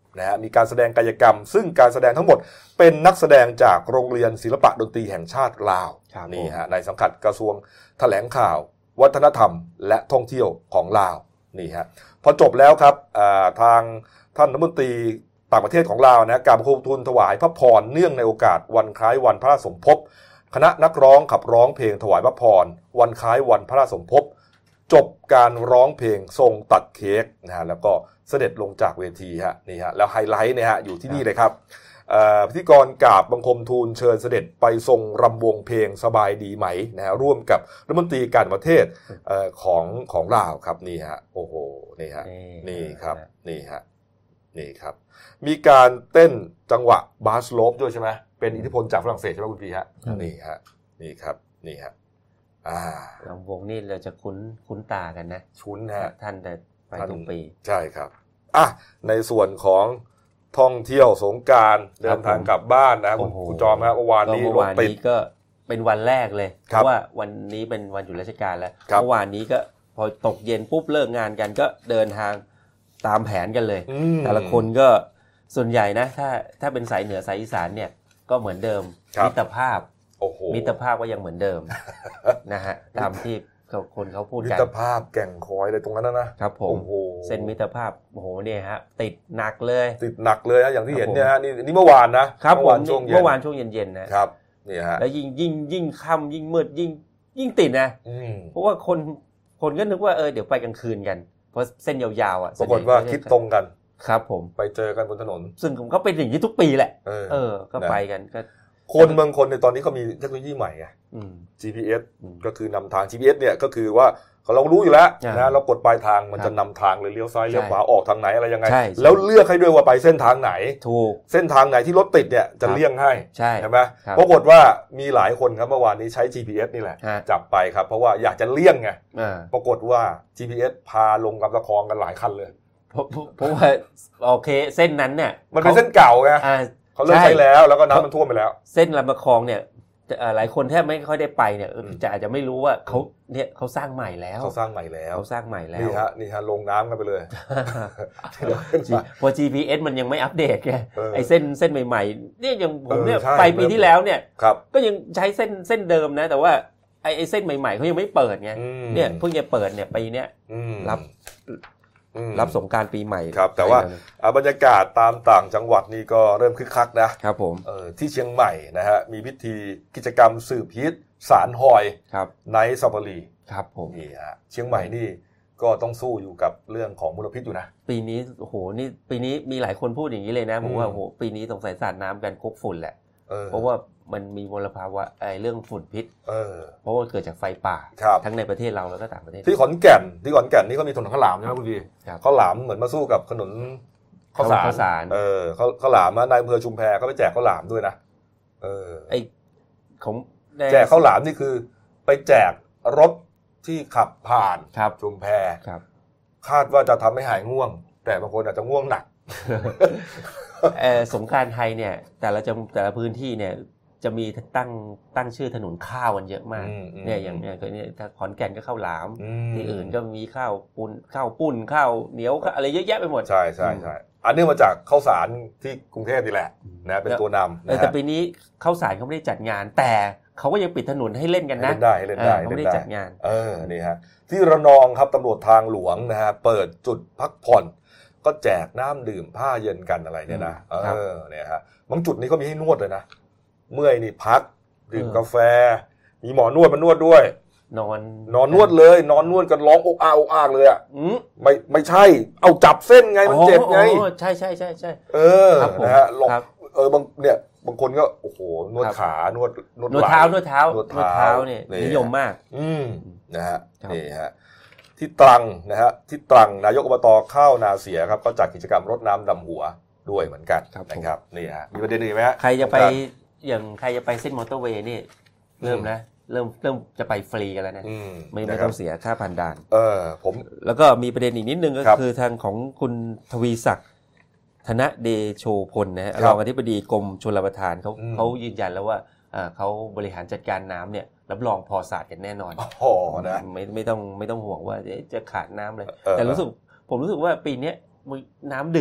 นะฮะมีการแสดงกายกรรมซึ่งการแสดงทั้งหมดเป็นนักแสดงจากโรงเรียนศิลปะดนตรีแห่งชาติลาวนี่ฮะในสังกัดกระทรวงแถลงข่าววัฒนธรรมและท่องเที่ยวของลาวนี่ฮะพอจบแล้วครับทางท่านรัฐมนตรีต่างประเทศของลาวนะการประทุนถวายพระพรเนื่องในโอกาสวันคล้ายวันพระราชสมภพคณะนักร้องขับร้องเพลงถวายพระพรวันคล้ายวันพระราชสมภพจบการร้องเพลงทรงตัดเค้กนะฮะแล้วก็เสด็จลงจากเวทีฮะนี่ฮะแล้วไฮไลท์เนี่ยฮะอยู่ที่นี่เลยครับพิธีกรกราบบังคมทูลเชิญเสด็จไปทรงรำวงเพลงสบายดีไหมนะฮะร่วมกับรัฐมนตรีการประเทศของของลาวครับนี่ฮะโอ้โหนี่ฮะนี่ครับนี่ฮะนี่ครับมีการเต้นจังหวะบาสโลปด้วยใช่ไหมเป็นอิทธิพลจากฝรั่งเศสใช่ไหมคุณพีฮะนี่ฮะนี่ครับนี่ฮะอ่าลำวงนี่เราจะคุ้นคุ้นตากันนะชุนฮะท่านแต่ไปทุกปีใช่ครับอ่ะในส่วนของท่องเที่ยวสงกรานต์เดินทางกลับบ้านนะคุณคุณจอมครับเมื่อวานนี้รถติดก็เป็นวันแรกเลยเพราะว่าวันนี้เป็นวันหยุดราชการแล้วเมื่อวานนี้ก็พอตกเย็นปุ๊บเลิกงานกันก็เดินทางตามแผนกันเลยแต่ละคนก็ส่วนใหญ่นะถ้าถ้าเป็นสายเหนือสายอีสานเนี่ยก็เหมือนเดิมมิตรภาพมิตรภาพก็ยังเหมือนเดิมนะฮะตามที่คนเขาพูดกันมิตรภาพแก่งคอยเลยตรงนั้นนะครับผมเส้นมิตรภาพโอ้โหเนี่ยฮะติดหนักเลยติดหนักเลยฮะอย่างที่เห็นเนี่ยฮะนี่นี่เมื่อวานนะครับเมื่อวานช่วงเมื่อวานช่วงเย็นๆนะครับนี่ฮะแล้วยิ่งยิ่งยิ่งค่ำยิ่งมืดยิ่งยิ่งติดนะเพราะว่าคนคนก็นึกว่าเออเดี๋ยวไปกลางคืนกันเพราะเส้นยาวๆอ่ะปรากฏว่าคิดตรงกันครับผมไปเจอกันบนถนนซึ่งก็เป็นอย่างนี้ทุกปีแหละเออก็ไปกันก็คนเมืองคนในตอนนี้เขามีเทคโนโลยีใหม่ไง จี พี เอส ก็คือนำทาง จี พี เอส เนี่ยก็คือว่าเรารู้อยู่แล้วนะเรากดปลายทางมันจะนำทางเลยเลี้ยวซ้ายเลี้ยวขวาออกทางไหนอะไรยังไงแล้วเลือกให้ด้วยว่าไปเส้นทางไหนถูกเส้นทางไหนที่รถติดเนี่ยจะเลี่ยงให้ใช่ไหมปรากฏว่ามีหลายคนครับเมื่อวานนี้ใช้ จี พี เอส นี่แหละจับไปครับเพราะว่าอยากจะเลี่ยงไงปรากฏว่า จี พี เอส พาลงลำตะคองกันหลายคันเลยเพราะว่าโอเคเส้นนั้นเนี่ยมันเป็นเส้นเก่าไงเขาเลิกใช้แล้วแล้วก็น้ำมันท่วมไปแล้วเส้นลำตะคองเนี่ยหลายคนแทบไม่ค่อยได้ไปเนี่ยจะอาจจะไม่รู้ว่าเขาเนี่ยเขาสร้างใหม่แล้วเขาสร้างใหม่แล้วเขาสร้างใหม่แล้วนี่ฮะนี่ฮะลงน้ำกันไปเลยพอ จี พี เอส มันยังไม่อัปเดตไงไอ้เส้นเส้นใหม่ๆเนี่ยยังผมเนี่ยไปปีที่แล้วเนี่ยก็ยังใช้เส้นเส้นเดิมนะแต่ว่าไอ้เส้นใหม่ๆเขายังไม่เปิดไงเนี่ยเพิ่งจะเปิดเนี่ยปีเนี้ยรับรับสงกรานต์ปีใหม่ครับแต่ว่าบรรยากาศตามต่างจังหวัดนี่ก็เริ่มคึกคักนะครับผมเออที่เชียงใหม่นะฮะมีพิธีกิจกรรมสืบฮิตสารหอยไนท์ซาฟารีครับผมนี่ฮะเชียงใหม่นี่ก็ต้องสู้อยู่กับเรื่องของมลพิษอยู่นะปีนี้โอ้โหนี่ปีนี้มีหลายคนพูดอย่างนี้เลยนะผมว่าโอ้โหปีนี้สงสัยสาดน้ำกันคุกฝุ่นแหละเพราะว่ามันมีมลภาวะไอ้เรื่องฝุ่นพิษเออเพราะว่าเกิดจากไฟป่าทั้งในประเทศเราแล้วก็ต่างประเทศที่ขอนแก่นที่ขอนแก่นนี่ก็มีถนนข้าวหลามใช่ไหมคุณพี่ข้าวหลามเหมือนมาสู้กับถนนข้าวสารเออข้าวข้าวหลามนายอำเภอชุมแพก็ไปแจกข้าวหลามด้วยนะเออไอ้ของแจกข้าวหลามนี่คือไปแจกรถที่ขับผ่านชุมแพคาดว่าจะทำให้หายง่วงแต่บางคนอาจจะง่วงหนักเออสงกรานต์ไทยเนี่ยแต่ละจังแต่ละพื้นที่เนี่ยจะมีตั้งตั้งชื่อถนนข้าวกันเยอะมากเนี่ยอย่างเนี้ยก็เนี่ยถ้าขอนแก่นก็ข้าวหลามที่อื่นก็มีข้าวปุ้นข้าวปุ้นข้าวเหนียวอะไรเยอะแยะไปหมดใช่ใช่ใช่อันนี้มาจากข้าวสารที่กรุงเทพนี่แหละนะเป็นตัวนำแต่ปีนี้ข้าวสารเขาไม่ได้จัดงานแต่เขาก็ยังปิดถนนให้เล่นกันนะเล่นได้เล่นได้เขาไม่ได้จัดงานเออนี่ฮะที่ระนองครับตำรวจทางหลวงนะฮะเปิดจุดพักผ่อนก็แจกน้ำดื่มผ้าเย็นกันอะไรเนี่ยนะเออเนี่ยฮะบางจุดนี้ก็มีให้นวดเลยนะเมื่อยนี่พักดื่มกาแฟมีหมอนวดมานวดด้วยนอนนอนนวดเลยนอนนวดกันร้องอกอ้าอกอ้ากเลยอ่ะไม่ไม่ใช่เอาจับเส้นไงมันเจ็บไงใช่ใช่ใช่ใช่เออนะฮะลองเออบางเนี่ยบางคนก็โอ้โหนวดขานวดนวดเท้านวดเท้านวดเท้าเนี่ยนิยมมากอืมนะฮะนี่ฮะที่ตรังนะฮะที่ตรังนายกอบตข้าวนาเสียครับก็จัดกิจกรรมรดน้ำดำหัวด้วยเหมือนกันนะครับนี่ฮะมีประเด็นอื่นไหมฮะใครจะไปอย่างใครจะไปเส้นมอเตอร์เวย์นี่เริ่มนะเริ่มเริ่มจะไปฟรีกันแล้วนะไม่ไม่ต้องเสียค่าผ่านด่านเออผมแล้วก็มีประเด็นอีกนิดนึงก็คือทางของคุณทวีศักดิ์ธนเดโชพลนะฮะรองอธิบดีกรมชลประทานเขาเขายืนยันแล้วว่าเขาบริหารจัดการน้ำเนี่ยรับรองพอศาสตร์กันแน่นอนโอ้นะไม่ไม่ต้องไม่ต้องห่วงว่าจะขาดน้ำเลยแต่รู้สึกผมรู้สึกว่าปีนี้น้ำดื่มอะ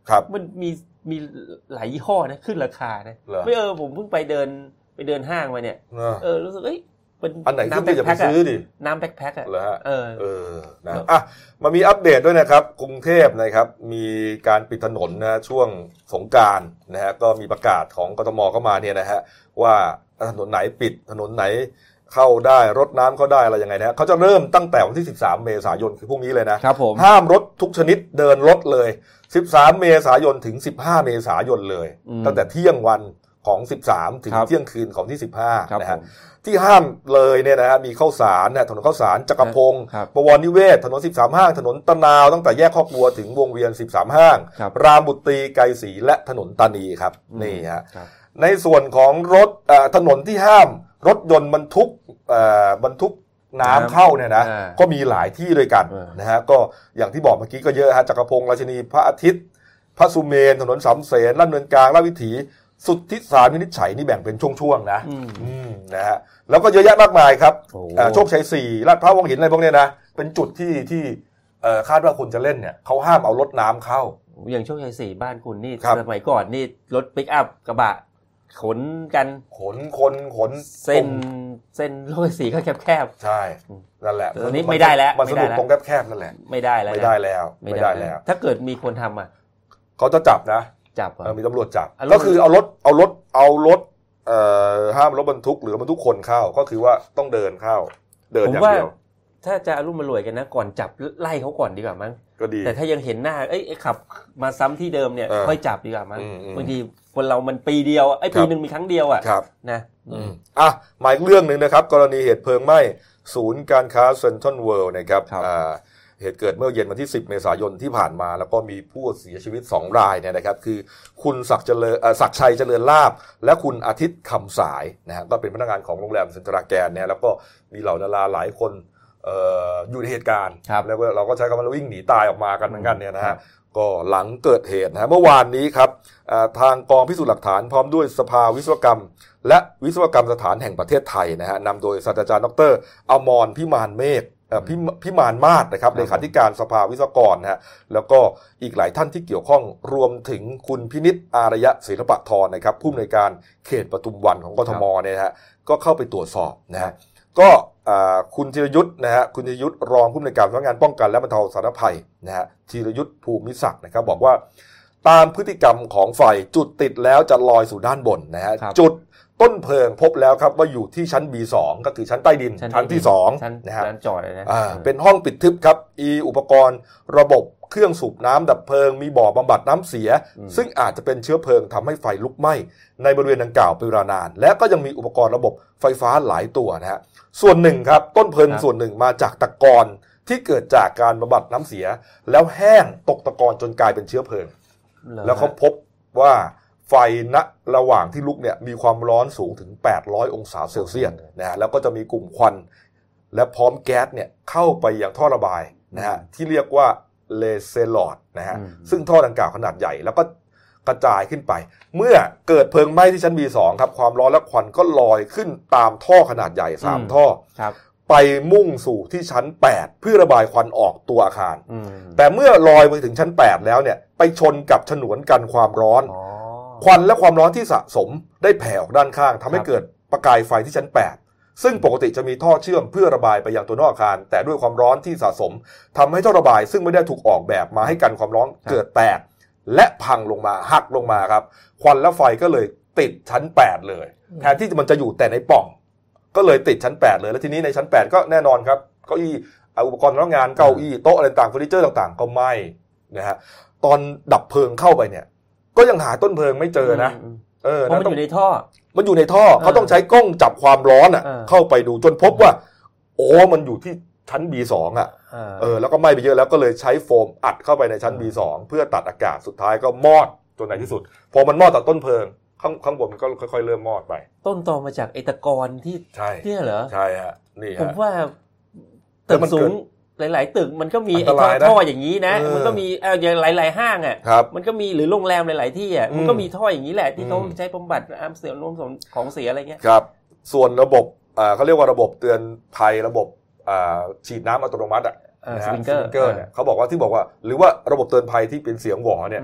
มันมีมีหลายยี่ห้อนะขึ้นราคานะไม่เออผมเพิ่งไปเดินไปเดินห้างมาเนี่ยเออรู้สึกเอ้ยอันไหนขึ้นไปอย่าไปซื้อดิน้ำแพ็คแพ็คอ่ะเหรอฮะเออเออนะอ่ะมามีอัปเดตด้วยนะครับกรุงเทพนะครับมีการปิดถนนนะช่วงสงกรานต์นะฮะก็มีประกาศของกทมเข้ามาเนี่ยนะฮะว่าถนนไหนปิดถนนไหนเข้าได้รถน้ำเข้าได้อะไรยังไงนะเขาจะเริ่มตั้งแต่วันที่สิบสามเมษายนคือพรุ่งนี้เลยนะครับผมห้ามรถทุกชนิดเดินรถเลยสิบสามเมษายนถึงสิบห้าเมษายนเลยตั้งแต่เที่ยงวันของสิบสามถึงเที่ยงคืนของที่สิบห้านะฮะที่ห้ามเลยเนี่ยนะฮะมีข้าวสารนะถนนข้าวสารจักรพงศ์บวรนิเวศถนนสิบสามห้างถนนตะนาวตั้งแต่แยกคอกบัวถึงวงเวียนสิบสามห้างรามบุตรีไกรศรีและถนนตานีครับนี่ฮะในส่วนของรถถนนที่ห้ามรถยนต์บรรทุกบรรทุกน้ำเข้าเนี่ยนะก็มีหลายที่ด้วยกันนะฮะก็อย่างที่บอกเมื่อกี้ก็เยอะฮะจักรพงศ์ราชินีพระอาทิตย์พระสุเมนถนนสามเสนลาดเนินกลางลาดวิถีสุทธิสารวินิจฉัยนี่แบ่งเป็นช่วงๆนะนะฮะแล้วก็เยอะแยะมากมายครับโชคชัยสี่ลาดพร้าววังหินอะไรพวกนี้นะเป็นจุดที่ที่คาดว่าคนจะเล่นเนี่ยเขาห้ามเอารถน้ำเข้าอย่างโชคชัยสี่บ้านคุณนี่สมัยก่อนนี่รถปิกอัพกระบะขนกันขนคนขนเส้นเส้นโชคชัยสี่ก็แคบๆใช่นั่นแหละตอนนี้ไม่ได้แล้วมันสนุกตรงแคบๆนั่นแหละไม่ได้แล้วไม่ได้แล้วไม่ได้แล้วถ้าเกิดมีคนทำอ่ะเขาจะจับนะจับมีตำรวจจับก็คือเอารถเอารถเอารถเอ่อห้ามรถบรรทุกหรือบรรทุกคนเข้าก็คือว่าต้องเดินเข้าเดินอย่างเดียวถ้าจะอารมณ์มารวยกันนะก่อนจับไล่เขาก่อนดีกว่ามั้งก็ดีแต่ถ้ายังเห็นหน้าเอ้ยขับมาซ้ำที่เดิมเนี่ยค่อยจับดีกว่ามั้งบางทีคนเรามันปีเดียวไอ้ปีนึงมีครั้งเดียวอ่ะนะอ่ะหมายเรื่องนึงนะครับกรณีเหตุเพลิงไหม้ศูนย์การค้าเซ็นทรัลเวิลด์นะครับอ่าเหตุเกิดเมื่อเย็นวันที่สิบเมษายนที่ผ่านมาแล้วก็มีผู้เสียชีวิตสองรายเนี่ยนะครับคือคุณศักดิ์เจริญศักดิ์ชัยเจริญลาภและคุณอาทิตย์คำสายนะฮะก็เป็นพนักงานของโรงแรมเซ็นทรัลแกรนด์เนี่ยแล้วก็มีเหล่าดาราหลายคนเอ่ออยู่ในเหตุการณ์แล้วเราก็ใช้คำว่าวิ่งหนีตายออกมากันเหมือนกันเนี่ยนะฮะก็หลังเกิดเหตุนะฮะเมื่อวานนี้ครับทางกองพิสูจน์หลักฐานพร้อมด้วยสภาวิศวกรรมและวิศวกรรมสถานแห่งประเทศไทยนะฮะนำโดยศาสตราจารย์ดร.อมรพิมานเมฆพิพิมานมาศนะครับเลขาธิการสภาวิศวกรนะฮะแล้วก็อีกหลายท่านที่เกี่ยวข้องรวมถึงคุณพินิจอารยะศิลปะทรนะครับผู้อำนวยการเขตปทุมวันของกทมเนี่ยนะฮะก็เข้าไปตรวจสอบนะฮะก็คุณธีรยุทธ์นะฮะคุณธีรยุทธ์รองผู้อำนวยการสำนักงานป้องกันและบรรเทาสาธารณภัยนะฮะธีรยุทธ์ภูมิศักดิ์นะครับบอกว่าตามพฤติกรรมของไฟจุดติดแล้วจะลอยสู่ด้านบนนะฮะจุดต้นเพลิงพบแล้วครับว่าอยู่ที่ชั้น บี สอง ก็คือชั้นใต้ดินชั้นที่สองนะฮะชั้นจอดเลยนะเป็นห้องปิดทึบครับอีอุปกรณ์ระบบเครื่องสูบน้ำดับเพลิงมีบ่อบำบัดน้ำเสียซึ่งอาจจะเป็นเชื้อเพลิงทำให้ไฟลุกไหม้ในบริเวณดังกล่าวเป็นเวลานานและก็ยังมีอุปกรณ์ระบบไฟฟ้าหลายตัวนะฮะส่วนหนึ่งครับต้นเพลิงส่วนหนึ่งมาจากตะกอนที่เกิดจากการบำบัดน้ำเสียแล้วแห้งตกตะกอนจนกลายเป็นเชื้อเพลิงแล้วเขาพบว่าไฟณระหว่างที่ลุกเนี่ยมีความร้อนสูงถึงแปดร้อยองศาเซลเซียสนะฮะแล้วก็จะมีกลุ่มควันและพร้อมแก๊สเนี่ยเข้าไปยังท่อระบายนะฮะที่เรียกว่าเลเซลอดนะฮะซึ่งท่อดังกล่าวขนาดใหญ่แล้วก็กระจายขึ้นไปเมื่อเกิดเพลิงไหม้ที่ชั้น บี สอง ครับความร้อนและควันก็ลอยขึ้นตามท่อขนาดใหญ่สามท่อไปมุ่งสู่ที่ชั้นแปดเพื่อระบายควันออกตัวอาคารแต่เมื่อลอยไปถึงชั้นแปดแล้วเนี่ยไปชนกับฉนวนกันความร้อนควันและความร้อนที่สะสมได้แผ่ออกด้านข้างทำให้เกิดประกายไฟที่ชั้นแปดซึ่งปกติจะมีท่อเชื่อมเพื่อระบายไปยังตัวนอกอาคารแต่ด้วยความร้อนที่สะสมทำให้ท่อระบายซึ่งไม่ได้ถูกออกแบบมาให้กันความร้อนเกิดแตกและพังลงมาหักลงมาครับควันและไฟก็เลยติดชั้นแปดเลยแทนที่มันจะอยู่แต่ในปล่องก็เลยติดชั้นแปดเลยแล้วทีนี้ในชั้นแปดก็แน่นอนครับเก้าอี้อุปกรณ์ทำงานเก้าอี้โต๊ะอะไรต่างๆเฟอร์นิเจอร์ต่างๆก็ไหม้นะฮะตอนดับเพลิงเข้าไปเนี่ยก็ยังหาต้นเพลิงไม่เจอนะเออมันอยู่ในท่อมันอยู่ในท่อเขาต้องใช้กล้องจับความร้อนอ่ะเข้าไปดูจนพบว่าโอ้มันอยู่ที่ชั้น บี สอง อ่ะเออแล้วก็ไหม้ไปเยอะแล้วก็เลยใช้โฟมอัดเข้าไปในชั้น บี สอง เพื่อตัดอากาศสุดท้ายก็มอดจนในที่สุดพอมันมอดจากต้นเพลิงข้างข้างบนมันก็ค่อยๆเริ่มมอดไปต้นตอมาจากไอตะกอนที่เนี่ยเหรอใช่ฮะนี่ฮะผมว่าตึกสูงหลายๆตึกมันก็มีไอ้ท่ออย่างนี้นะมันก็มีเอออย่างหลายๆห้างอ่ะมันก็มีหรือโรงแรมหลายๆที่อ่ะมันก็มีท่ออย่างนี้แหละที่เขาใช้บำบัดน้ำเสียรวมของเสียอะไรเงี้ยครับส่วนระบบอ่าเขาเรียกว่าระบบเตือนภัยระบบอ่าฉีดน้ำอัตโนมัติอ่ะสปริงเกอร์เนี่ยเขาบอกว่าที่บอกว่าหรือว่าระบบเตือนภัยที่เป็นเสียงหวอเนี่ย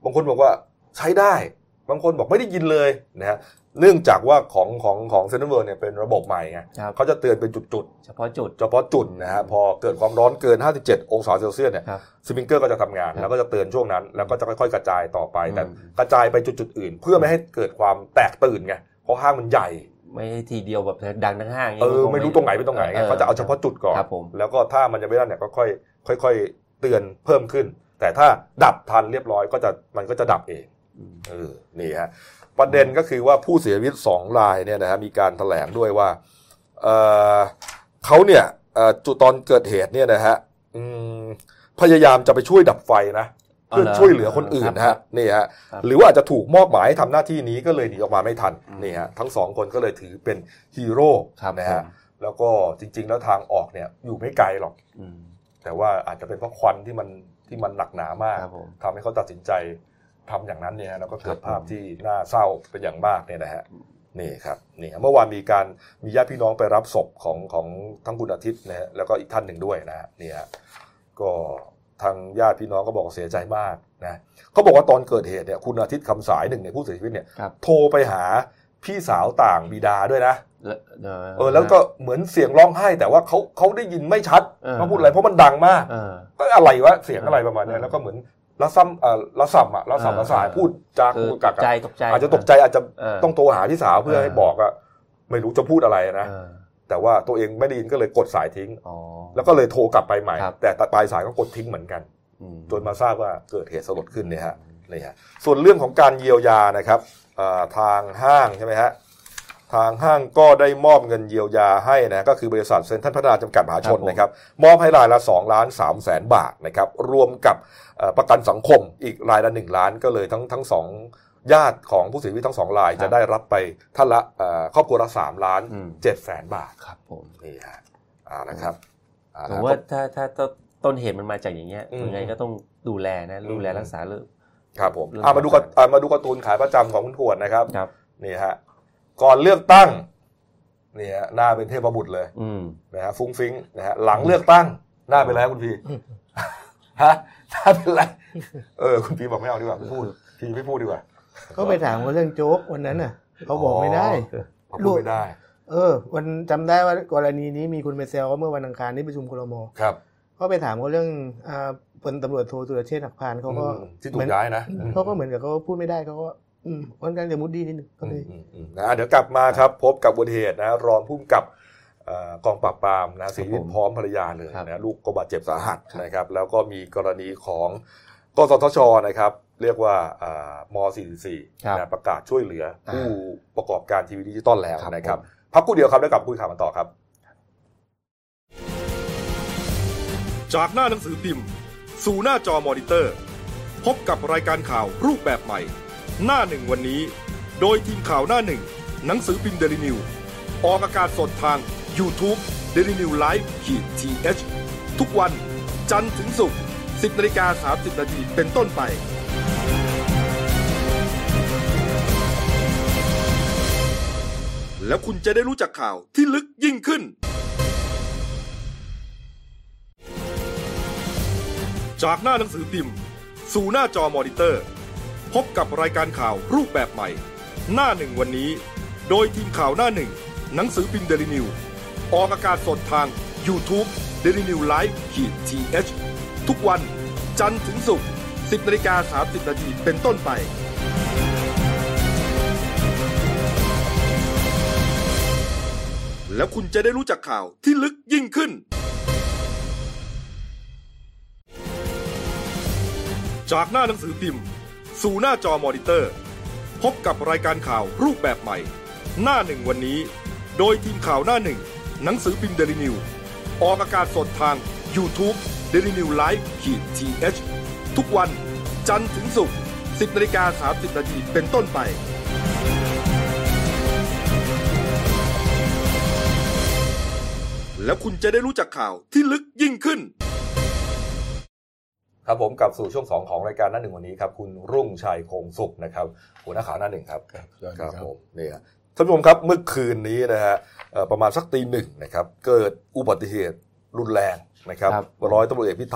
บางคนบอกว่าใช้ได้บางคนบอกไม่ได้ยินเลยนะฮะเนื่องจากว่าของของของเซ็นทรัลเวิลด์เนี่ยเป็นระบบใหม่ไงเขาจะเตือนเป็นจุดๆเฉพาะจุดเฉพาะจุดนะฮะพอเกิดความร้อนเกินห้าสิบเจ็ดองศาเซลเซียสเนี่ยสปริงเกอร์ก็จะทำงานแล้วก็จะเตือนช่วงนั้นแล้วก็จะค่อยๆกระจายต่อไปแต่กระจายไปจุดๆอื่นเพื่อไม่ให้เกิดความแตกตื่นไงเพราะห้างมันใหญ่ไม่ทีเดียวแบบดังทั้งห้างเออไม่รู้ตรงไหนเป็นตรงไหนไงเขาจะเอาเฉพาะจุดก่อนแล้วก็ถ้ามันยังไม่ได้เนี่ยก็ค่อยค่อยๆเตือนเพิ่มขึ้นแต่ถ้าดับทันเรียบร้อยก็จะมันก็จะดับเองเออนี่ฮะประเด็นก็คือว่าผู้เสียชีวิตสองรายเนี่ยนะฮะมีการแถลงด้วยว่าเอ่อเขาเนี่ยจุดตอนเกิดเหตุเนี่ยนะฮะพยายามจะไปช่วยดับไฟนะเพื่อช่วยเหลือคนอื่นนะฮะนี่ฮะหรือว่าอาจจะถูกมอบหมายให้ทำหน้าที่นี้ก็เลยหนีออกมาไม่ทันนี่ฮะทั้งสองคนก็เลยถือเป็นฮีโร่นะฮะแล้วก็จริงๆแล้วทางออกเนี่ยอยู่ไม่ไกลหรอกแต่ว่าอาจจะเป็นเพราะควันที่มันที่มันหนักหนามากทำให้เขาตัดสินใจทำอย่างนั้นเนี่ยแล้วก็เกิดภาพที่น่าเศร้าเป็นอย่างมากเนี่ยนะฮะนี่ครับนี่เมื่อวานมีการมีญาติพี่น้องไปรับศพของของทั้งคุณอาทิตย์นะฮะแล้วก็อีกท่านหนึ่งด้วยนะฮะนี่ฮะก็ทางญาติพี่น้องก็บอกเสียใจมากนะเขาบอกว่าตอนเกิดเหตุเนี่ยคุณอาทิตย์คำสายหนึ่งในผู้เสียชีวิตเนี่ยโทรไปหาพี่สาวต่างบิดาด้วยนะเออแล้วก็เหมือนเสียงร้องไห้แต่ว่าเขาเขาได้ยินไม่ชัดเขาพูดอะไรเพราะมันดังมากก็อะไรวะเสียงอะไรประมาณนี้แล้วก็เหมือนละซ้ำเอ่อละซ้ำอ่ะละซ้ำละสายพูดจากูกักอาจจะตกใจอาจจะต้องโทรหาพี่สาวเพื่อให้บอกอ่ะไม่รู้จะพูดอะไรนะแต่ว่าตัวเองไม่ได้ยินก็เลยกดสายทิ้งแล้วก็เลยโทรกลับไปใหม่แต่ปลายสายก็กดทิ้งเหมือนกันจนมาทราบว่าเกิดเหตุสลดขึ้นเนี่ยฮะนี่ฮะส่วนเรื่องของการเยียวยานะครับทางห้างใช่ไหมฮะทางห้างก็ได้มอบเงินเยียวยาให้นะก็คือบริษัทเซ็นทรัลพัฒนาจำกัดมหาชนนะครับมอบให้รายละสองล้านสามแสนบาทนะครับรวมกับประกันสังคมอีกรายละหนึ่งล้านก็เลยทั้งทั้งสองญาติของผู้เสียชีวิตทั้งสองรายจะได้รับไปท่านละครอบครัวละสามล้านเจ็ดแสนบาทครับผมนี่ฮะอ่านะครับผมว่าถ้าถ้าต้นเหตุมันมาจากอย่างเงี้ยยังไงก็ต้องดูแลนะดูแลรักษาเรื่องครับผมอ่ามาดูมาดูการ์ตูนขายประจำของคุณขวดนะครับนี่ฮะก่อนเลือกตั้งนี่ฮะหน้าเป็นเทพบุตรเลยนะฮะฟุ้งฟิ้งนะฮะหลังเลือกตั้งหน้าเป็นไรคุณพี่ฮะหน้าเป็นไรเออคุณพี่บอกไม่เอาดีกว่าไม่พูดพี่ไม่พูดดีกว่าก็ไปถามเขาเรื่องโจ๊กวันนั้นน่ะเขาบอกไม่ได้พูดไม่ได้เออวันจำได้ว่ากรณีนี้มีคุณไปแซวเมื่อวันอังคารที่ประชุมครม. ครับก็ไปถามเขาเรื่องอ่าพลตำรวจโทสุรเชษฐ์หักพานเขาก็ที่ถูกย้ายนะเขาก็เหมือนกับเขาพูดไม่ได้เขาก็อืมค่อนข้างจะมุดดีนิดนึงก็เลยนะเดี๋ยวกลับมาครับพบกับอุบัติเหตุนะรองผู้กำกับกองปราบปรามนะเสียชีวิตพร้อมภรรยาเลยนะลูกก็บาดเจ็บสาหัสนะครับแล้วก็มีกรณีของกสทช.นะครับเรียกว่ามอสี่สิบสี่นะประกาศช่วยเหลือผู้ประกอบการทีวีดิจิตอลแล้วนะครับพักครู่เดียวครับแล้วกลับคุยข่าวกันต่อครับจากหน้าหนังสือพิมพ์สู่หน้าจอมอนิเตอร์พบกับรายการข่าวรูปแบบใหม่หน้าหนึ่งวันนี้โดยทีมข่าวหน้าหนึ่งหนังสือพิมพ์ Daily News ออกอากาศสดทาง YouTube Daily News Live ทีเอช ทุกวันจันทร์ถึงศุกร์ สิบนาฬิกาสามสิบนาทีเป็นต้นไปแล้วคุณจะได้รู้จักข่าวที่ลึกยิ่งขึ้นจากหน้าหนังสือพิมพ์สู่หน้าจอมอนิเตอร์พบกับรายการข่าวรูปแบบใหม่หน้าหนึ่งวันนี้โดยทีมข่าวหน้าหนึ่งหนังสือพิมพ์ Daily News ออกอากาศสดทาง YouTube Daily News Live ทีเอช ทุกวันจันทร์ถึงศุกร์ สิบนาฬิกาสามสิบนาทีเป็นต้นไปแล้วคุณจะได้รู้จักข่าวที่ลึกยิ่งขึ้นจากหน้าหนังสือพิมพ์สู่หน้าจอมอนิเตอร์พบกับรายการข่าวรูปแบบใหม่หน้าหนึ่งวันนี้โดยทีมข่าวหน้าหนึ่งหนังสือพิมพ์ Daily News ออกอากาศสดทาง YouTube Daily News Live ทีเอช ทุกวันจันทร์ถึงศุกร์ สิบนาฬิกาสามสิบนาทีเป็นต้นไปแล้วคุณจะได้รู้จักข่าวที่ลึกยิ่งขึ้นครับผมกลับสู่ช่วงสองของรายการหน้าหนึ่งวันนี้ครับคุณรุ่งชัยคงสุขนะครับหัวหน้าข่าวหน้าหนึ่งครับครับผมนี่ครับท่านผู้ชมครับเมื่อคืนนี้นะฮะประมาณสักตีหนึ่งนะครับเกิดอุบัติเหตุรุนแรงนะครับร้อยตำรวจเอกพิทักษ์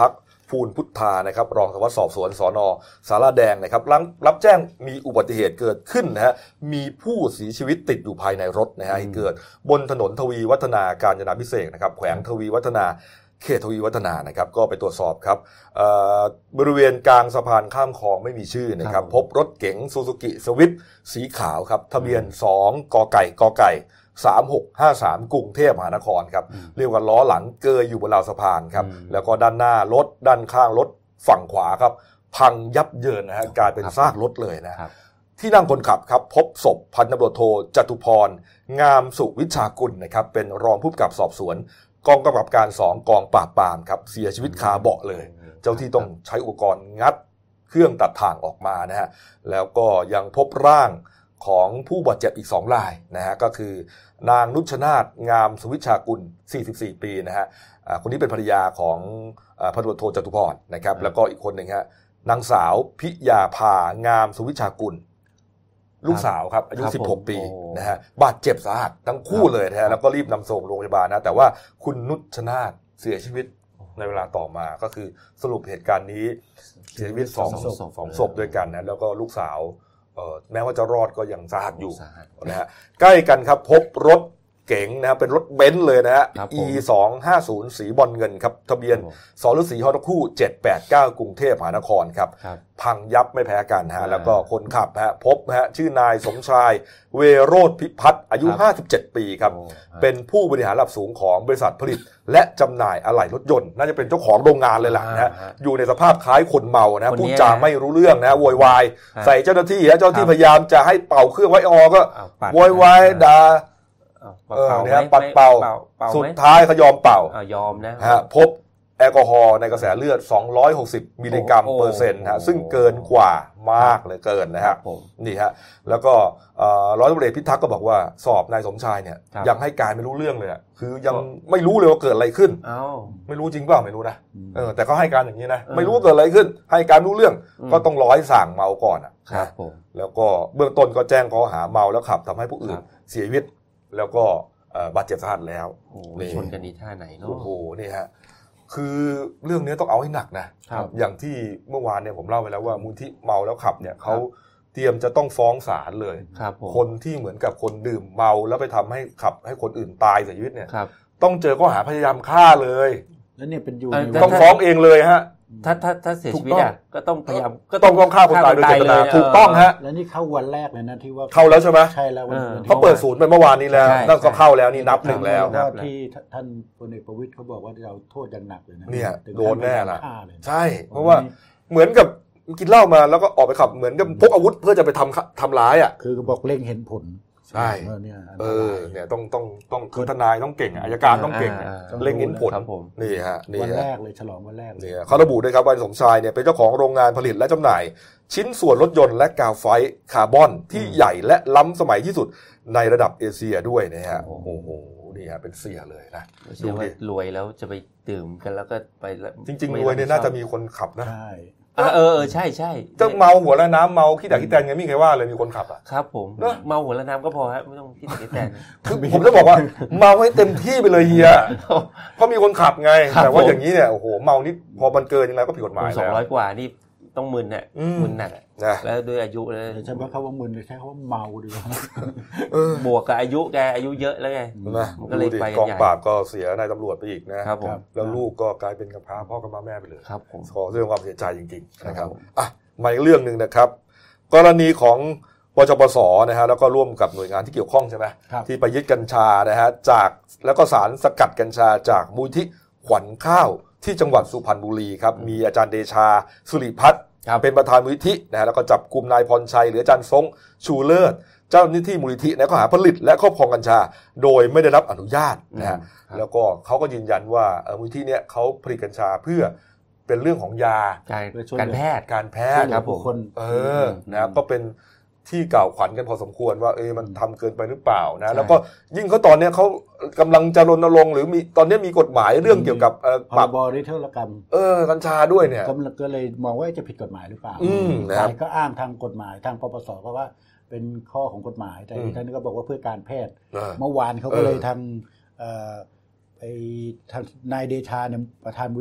ภูลพุทธานะครับรองสารวัตรสอบสวนสน.สาราแดงนะครับหลังรับแจ้งมีอุบัติเหตุเกิดขึ้นนะฮะมีผู้เสียชีวิตติดอยู่ภายในรถนะฮะเกิดบนถนนทวีวัฒนาการจนาภิเษกนะครับแขวงทวีวัฒนาเขตทวีวัฒนานะครับก็ไปตรวจสอบครับบริเวณกลางสะพานข้ามคลองไม่มีชื่อนะครับพบรถเก๋งซูซูกิสวิฟต์สีขาวครับทะเบียนสองกไก่กไก่สามหกห้าสามกรุงเทพมหานครครับเรียกว่าล้อหลังเกยอยู่บนราวสะพานครับแล้วก็ด้านหน้ารถด้านข้างรถฝั่งขวาครับพังยับเยินนะฮะกลายเป็นซากรถเลยนะที่นั่งคนขับครับพบศพพันตำรวจโทจตุพรงามสุวิชากุลนะครับเป็นรองผู้กำกับสอบสวนกองกำกับการสองกองปราบปรามครับเสียชีวิตคาเบาะเลยเจ้าที่ต้องใช้อุปกรณ์งัดเครื่องตัดถ่างออกมานะฮะแล้วก็ยังพบร่างของผู้บาดเจ็บอีกสองรายนะฮะก็คือนางนุชนาถงามสุวิชากุลสี่สิบสี่ปีนะฮะคนนี้เป็นภรรยาของพันตำรวจโทจตุพรนะครับแล้วก็อีกคนหนึ่งฮะนางสาวพิยาภางามสุวิชากุลลูกสาวครับอายุสิบหกปีนะฮะบาดเจ็บสาหัสทั้งคู่เลยนะฮะแล้วก็รีบนำส่งโรงพยาบาลนะแต่ว่าคุณนุชนาถเสียชีวิตในเวลาต่อมาก็คือสรุปเหตุการณ์นี้เสียชีวิตสองสองศพด้วยกันนะแล้วก็ลูกสาวแม้ว่าจะรอดก็ยังสาหัสอยู่นะฮะใกล้กันครับพบรถเก๋งนะครับเป็นรถเบนซ์เลยนะฮะ อี สองห้าศูนย์ สีบอลเงินครับทะเบียนสฤษีฮอคู่เจ็ดแปดเก้ากรุงเทพมหานครครับพังยับไม่แพ้กันฮะแล้วก็คนขับฮะพบฮะชื่อนายสมชายเวโรธพิพัฒน์อายุห้าสิบเจ็ดปีครับเป็นผู้บริหารระดับสูงของบริษัทผลิตและจำหน่ายอะไหล่รถยนต์น่าจะเป็นเจ้าของโรงงานเลยล่ะนะฮะอยู่ในสภาพคล้ายคนเมานะพูดจาไม่รู้เรื่องนะโวยวายใส่เจ้าหน้าที่เจ้าหน้าที่พยายามจะให้เป่าเครื่องไว้ออก็โวยวายด่าเออเนี่ยปัดเป่าสุดท้ายเขายอมเป่ายอมนะฮะพบแอลกอฮอล์ในกระแสเลือดสองร้อยหกสิบมิลลิกรัมเปอร์เซ็นต์ฮะซึ่งเกินกว่ามากเลยเกินนะฮะนี่ฮะแล้วก็ร้อยตำรวจเอกพิทักษ์ก็บอกว่าสอบนายสมชายเนี่ยยังให้การไม่รู้เรื่องเลยคือยังไม่รู้เลยว่าเกิดอะไรขึ้นไม่รู้จริงเปล่าไม่รู้นะเออแต่เขาให้การอย่างนี้นะไม่รู้เกิดอะไรขึ้นให้การรู้เรื่องก็ต้องรอให้สั่งเมาก่อนอ่ะแล้วก็เบื้องต้นก็แจ้งข้อหาเมาแล้วขับทำให้ผู้อื่นเสียชีวิตแล้วก็บาดเจ็บสาหัสแล้วชนกันนี้ท่าไหนเนาะโอ้โหนี่ฮะคือเรื่องนี้ต้องเอาให้หนักนะอย่างที่เมื่อวานเนี่ยผมเล่าไปแล้วว่ามูลที่เมาแล้วขับเนี่ยเขาเตรียมจะต้องฟ้องศาลเลย คนที่เหมือนกับคนดื่มเมาแล้วไปทำให้ขับให้คนอื่นตายเสียชีวิตเนี่ยต้องเจอข้อหาพยายามฆ่าเลยแล้วเนี่ยเป็นอยู่ต้องฟ้องเองเลยฮะถ้าถ้าถ้าเสียชีวิตอ่ะก็ต้องพยายามก็ต้องต้องฆ่าคนตายโดยเจตนาถูกต้องฮะแล้วนี่เข้าวันแรกเลยนะที่ว่าเข้าแล้วใช่ไหมใช่แล้วเขาเปิดศูนย์ไปเมื่อวานนี้แล้วนั่นก็เข้าแล้วนี่นับหนึ่งแล้วที่ท่านพลเอกประวิตรเขาบอกว่าเราโทษอย่างหนักเลยนะเนี่ยโดนแน่ละใช่เพราะว่าเหมือนกับกินเหล้ามาแล้วก็ออกไปขับเหมือนกับพกอาวุธเพื่อจะไปทำทำร้ายอ่ะคือบอกเล็งเห็นผลใช่เออเนี่ยต้องต้องต้องคือทนายต้องเก่งอัยการต้องเก่งเล็งเห็นผลนี่ฮะนี่วันแรกเลยฉลองวันแรกนี่เขาระบุด้วยครับว่านายสมชายเนี่ยเป็นเจ้าของโรงงานผลิตและจำหน่ายชิ้นส่วนรถยนต์และกาวไฟคาร์บอนที่ใหญ่และล้ำสมัยที่สุดในระดับเอเชียด้วยนะฮะโอ้โหนี่ฮะเป็นเสียเลยนะดูดิรวยแล้วจะไปดื่มกันแล้วก็ไปจริงๆรวยเนี่ยน่าจะมีคนขับนะเออเออใช่ใช่จะเมาหัวละน้ำเมาขี้ด่าขี้แตนไงไม่มีใครว่าเลยมีคนขับอ่ะครับผมเมาหัวละน้ำก็พอครับไม่ต้องขี้ด่าขี้แตนผมจะบอกว่าเมาให้เต็มที่ไปเลยเฮียเพราะมีคนขับไงแต่ว่าอย่างนี้เนี่ยโอ้โหเมานี่พอมันเกินยังไงก็ผิดกฎหมายแล้วสองร้อยกว่านี่ต้องมึนเนี่ยมึนหนักแล้วด้วยอายุเลยใช่ไหมเขาว่ามึนใช่เขาว่าเมาดีกว่าบวกกับอายุแกอายุเยอะแล้วไงมันก็เลยไปกองปราบก็เสียนายตำรวจไปอีกนะครับแล้วลูกก็กลายเป็นกำพร้าพ่อกำพร้าแม่ไปเลยครับผมขอแสดงความเสียใจจริงๆนะครับอ่ะมาอีกเรื่องนึงนะครับกรณีของปชปสนะฮะแล้วก็ร่วมกับหน่วยงานที่เกี่ยวข้องใช่ไหมที่ไปยึดกัญชานะฮะจากแล้วก็สารสกัดกัญชาจากมูลที่ขวัญข้าวที่จังหวัดสุพรรณบุรีครับมีอาจารย์เดชาสุริพัฒน์เป็นประธานมูลนิธินะฮะแล้วก็จับกุมนายพรชัยหรืออาจารย์ทรงชูเลิศเจ้าหน้าที่มูลนิธิในข้อหาผลิตและครอบครองกัญชาโดยไม่ได้รับอนุญาตนะฮะแล้วก็เขาก็ยืนยันว่ามูลนิธิเนี่ยเขาผลิตกัญชาเพื่อเป็นเรื่องของยาการแพทย์การแพทย์ครับผมเออนะครับก็เป็นที่กล่าวขวัญกันพอสมควรว่าเออมันทำเกินไปหรือเปล่านะแล้วก็ยิ่งเขาตอนนี้เขากำลังจะรณรงค์หรือมีตอนนี้มีกฎหมายเรื่องเกี่ยวกับปราบบริเทลกรรมเออกัญชาด้วยเนี่ยก็เลยมองว่าจะผิดกฎหมายหรือเปล่าใครก็อ้างทางกฎหมายทางปปสก็ว่าเป็นข้อของกฎหมายแต่ท่านก็บอกว่าเพื่อการแพทย์เมื่อวานเขาก็เลยทางไอ้ทางนายเดชาเนี่ยประธานมูลที่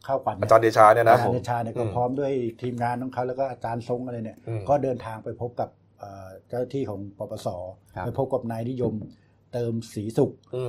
ข้าวขวัญอาจารย์เดชาเนี่ยนะอาจารย์เดชาเนี่ยก็พร้อมด้วยทีมงานของเขาแล้วก็อาจารย์ทรงอะไรเนี่ยก็เดินทางไปพบกับเจ้าหน้าที่ของปปส.ไปพบกับนายนิยมเติมศรีสุข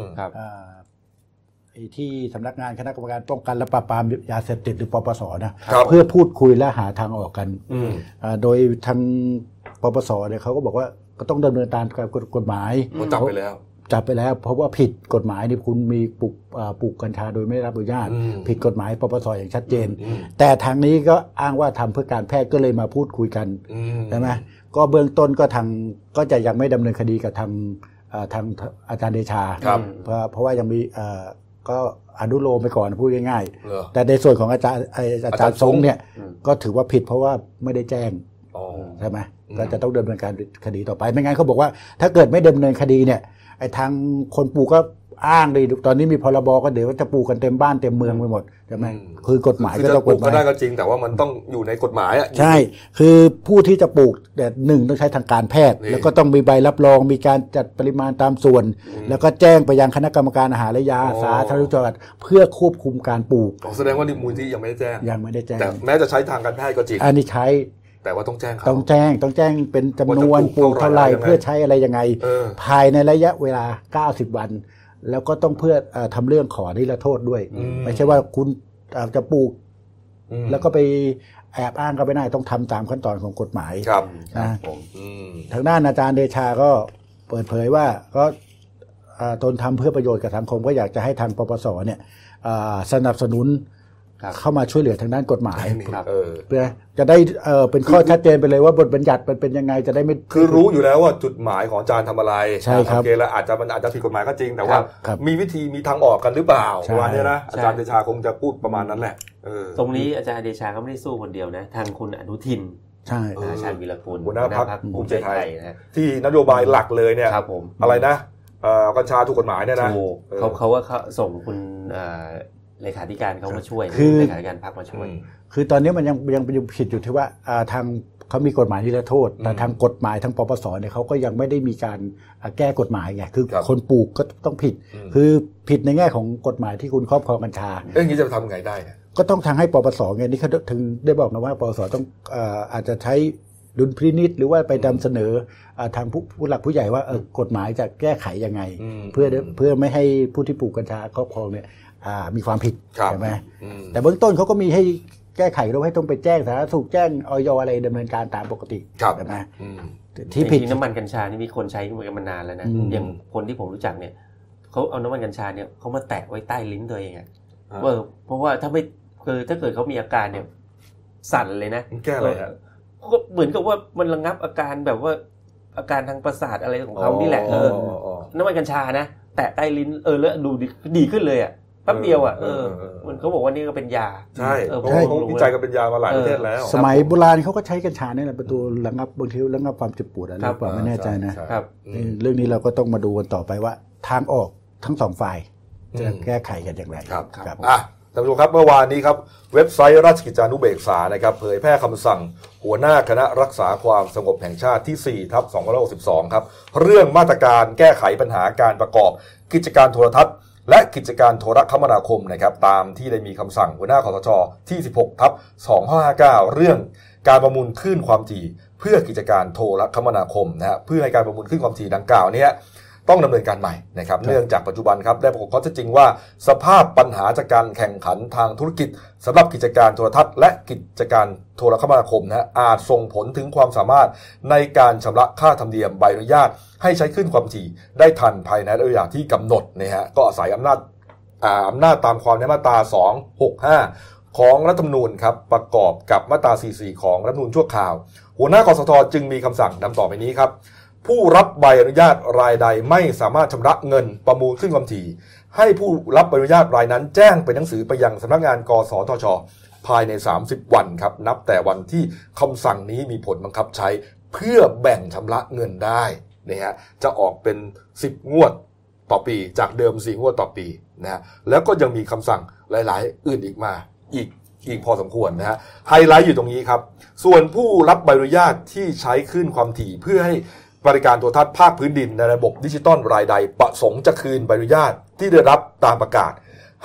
ที่สำนักงานคณะกรรมการป้องกันและปราบปรามยาเสพติดหรือปปส.นะเพื่อพูดคุยและหาทางออกกันโดยทางปปส.เนี่ยเขาก็บอกว่าก็ต้องดำเนินตามกฎหมายจับไปแล้วจับไปแล้วเพราะว่าผิดกฎหมายนี่คุณมีปลูกปลูกกัญชาโดยไม่ได้รับอนุญาตผิดกฎหมายปปส.อย่างชัดเจนแต่ทางนี้ก็อ้างว่าทำเพื่อการแพทย์ก็เลยมาพูดคุยกันใช่ไหมก็เบื้องต้นก็ทางก็จะยังไม่ดำเนินคดีกับทางทางอาจารย์เดชาเพราะเพราะว่ายังมีก็อนุโลมไปก่อนพูดง่ายๆแต่ในส่วนของอาจารย์อาจารย์ทรงเนี่ยก็ถือว่าผิดเพราะว่าไม่ได้แจ้งใช่ไหมก็จะต้องดำเนินการคดีต่อไปไม่งั้นเขาบอกว่าถ้าเกิดไม่ดำเนินคดีเนี่ยไอ้ทางคนปลูกก็อ้างเลยตอนนี้มีพรบก็เดี๋ยวจะปลูกกันเต็มบ้านเต็มเมืองไปหมดใช่ไหมคือกฎหมายก็ต้องปลูกก็ได้ก็จริงแต่ว่ามันต้องอยู่ในกฎหมายอ่ะใช่คือผู้ที่จะปลูกแต่หนึ่งต้องใช้ทางการแพทย์แล้วก็ต้องมีใบรับรองมีการจัดปริมาณตามส่วนแล้วก็แจ้งไปยังคณะกรรมการอาหารและยาสาธารณสุขเพื่อควบคุมการปลูกแสดงว่ามูลที่ยังไม่ได้แจ้งยังไม่ได้แจ้งแต่แม้จะใช้ทางการแพทย์ก็จริงอันนี้ใช้แต่ว่าต้องแจ้งเขาต้องแจ้งต้องแจ้งเป็นจำนวนปลูกเท่าไหร่เพื่อใช้อะไรยังไงภายในระยะเวลาเก้าสิบวันแล้วก็ต้องเพื่อทำเรื่องขอนิรโทษด้วยไม่ใช่ว่าคุณจะปลูกแล้วก็ไปแอบอ้างก็ไม่ได้ต้องทำตามขั้นตอนของกฎหมายนะทางด้านอาจารย์เดชาก็เปิดเผยว่าก็ตนทำเพื่อประโยชน์กับสังคมก็อยากจะให้ทางปปส.เนี่ยสนับสนุนเข้ามาช่วยเหลือทางด้านกฎหมายเพื่อจะได้เป็นข้อชัดเจนไปเลยว่าบทบัญญัติมันเป็นยังไงจะได้ไม่คือรู้อยู่แล้วว่าจุดหมายของอาจารย์ทำอะไรใช่ครับโอเคแล้วอาจจะมันอาจจะผิดกฎหมายก็จริงแต่ว่ามีวิธีมีทางออกกันหรือเปล่าวันนี้นะอาจารย์เดชาคงจะพูดประมาณนั้นแหละตรงนี้อาจารย์เดชาก็ไม่ได้สู้คนเดียวนะทางคุณอนุทินใช่ชาญวีรกูลหัวหน้าพรรคภูมิใจไทยนะที่นโยบายหลักเลยเนี่ยอะไรนะกัญชาถูกกฎหมายเนี่ยนะเขาเขาว่าเขาส่งคุณเลขาธิการเขามาช่วยเลขาธิการพรรคมาช่วยคือตอนนี้มันยังยังยังผิดอยู่ที่ว่าทางเขามีกฎหมายนิรโทษแต่ทางกฎหมายทางปปสเนี่ยเขาก็ยังไม่ได้มีการแก้กฎหมายไงคือคนปลูกก็ต้องผิดคือผิดในแง่ของกฎหมายที่คุณครอบครองกัญชาเอ้ยอย่างนี้จะทำไงได้ก็ต้องทางให้ปปสไงนี่เขาถึงได้บอกนะว่าปปสต้องอาจจะใช้ดุลพินิจหรือว่าไปนำเสนอทางผู้ผู้หลักผู้ใหญ่ว่ากฎหมายจะแก้ไขยังไงเพื่อเพื่อไม่ให้ผู้ที่ปลูกกัญชาครอบครองเนี่ยมีความผิดใช่ไหมแต่เบื้องต้นเขาก็มีให้แก้ไขเราให้ต้องไปแจ้งสาธารณสุขแจ้งอย.อะไรดำเนินการตามปกติใช่ไหมที่ผิดน้ำมันกัญชานี่มีคนใช้มานานแล้วนะอย่างคนที่ผมรู้จักเนี่ยเขาเอาน้ำมันกัญชาเนี่ยเขามาแตะไว้ใต้ลิ้นตัวเองอะว่าเพราะว่าถ้าไม่คือถ้าเกิดเขามีอาการเนี่ยสั่นเลยนะแก้อะไรก็เหมือนกับว่ามันระงับอาการแบบว่าอาการทางประสาทอะไรของเขานี่แหละเออน้ำมันกัญชานะแตะใต้ลิ้นเออแล้วดูดีขึ้นเลยอ่ะแป๊บเดียวอ่ะเออมันเขาบอกว่านี่ก็เป็นยาใช่เพราะเขาวิจัยกันเป็นยามาหลายประเทศแล้วสมัยโบราณเขาก็ใช้กัญชาเนี่ยแหละเป็นตัวระงับบางทีระงับความเจ็บปวดอะไรหรือเปล่าไม่แน่ใจนะครับเรื่องนี้เราก็ต้องมาดูกันต่อไปว่าทางออกทั้งสองฝ่ายจะแก้ไขกันอย่างไรครับครับอ่ะท่านผู้ชมครับเมื่อวานนี้ครับเว็บไซต์ราชกิจจานุเบกษานะครับเผยแพร่คำสั่งหัวหน้าคณะรักษาความสงบแห่งชาติที่ สี่ทับสองพันห้าร้อยหกสิบสอง ครับเรื่องมาตรการแก้ไขปัญหาการประกอบกิจการโทรทัศน์และกิจการโทรคมนาคมนะครับตามที่ได้มีคำสั่งหัวหน้าคสช.ที่ สิบหกทับสองพันห้าร้อยห้าสิบเก้า เรื่องการประมูลคลื่นความถี่เพื่อกิจการโทรคมนาคมนะฮะเพื่อให้การประมูลคลื่นความถี่ดังกล่าวนี้ต้องดำเนินการใหม่นะครับเนื่องจากปัจจุบันครับได้ปรากฏข้อเท็จจริงว่าสภาพปัญหาจากการแข่งขันทางธุรกิจสำหรับกิจการโทรทัศน์และกิจการโทรคมนาคมนะอาจส่งผลถึงความสามารถในการชำระค่าธรรมเนียมใบอนุญาตให้ใช้คลื่นความถี่ได้ทันภายในระยะเวลาที่กำหนดนะฮะก็อาศัยอำนาจอำนาจตามความในมาตราสองร้อยหกสิบห้าของรัฐธรรมนูญครับประกอบกับมาตราสี่สิบสี่ของรัฐธรรมนูญชั่วคราวหัวหน้ากสทจึงมีคำสั่งดังต่อไปนี้ครับผู้รับใบอนุญาตรายใดไม่สามารถชำระเงินประมูลคลื่นความถี่ให้ผู้รับใบอนุญาตรายนั้นแจ้งเป็นหนังสือไปยังสำนักงานกสทช.ภายในสามสิบวันครับนับแต่วันที่คำสั่งนี้มีผลบังคับใช้เพื่อแบ่งชำระเงินได้นะฮะจะออกเป็นสิบงวดต่อปีจากเดิมสี่งวดต่อปีนะฮะแล้วก็ยังมีคำสั่งหลายๆอื่นอีกมาอีกอีกพอสมควรนะฮะไฮไลท์อยู่ตรงนี้ครับส่วนผู้รับใบอนุญาตที่ใช้คลื่นความถี่เพื่อให้บริการโทรทัศน์ภาคพื้นดินในระบบดิจิตอลรายใดประสงค์จะคืนใบอนุญาตที่ได้รับตามประกาศ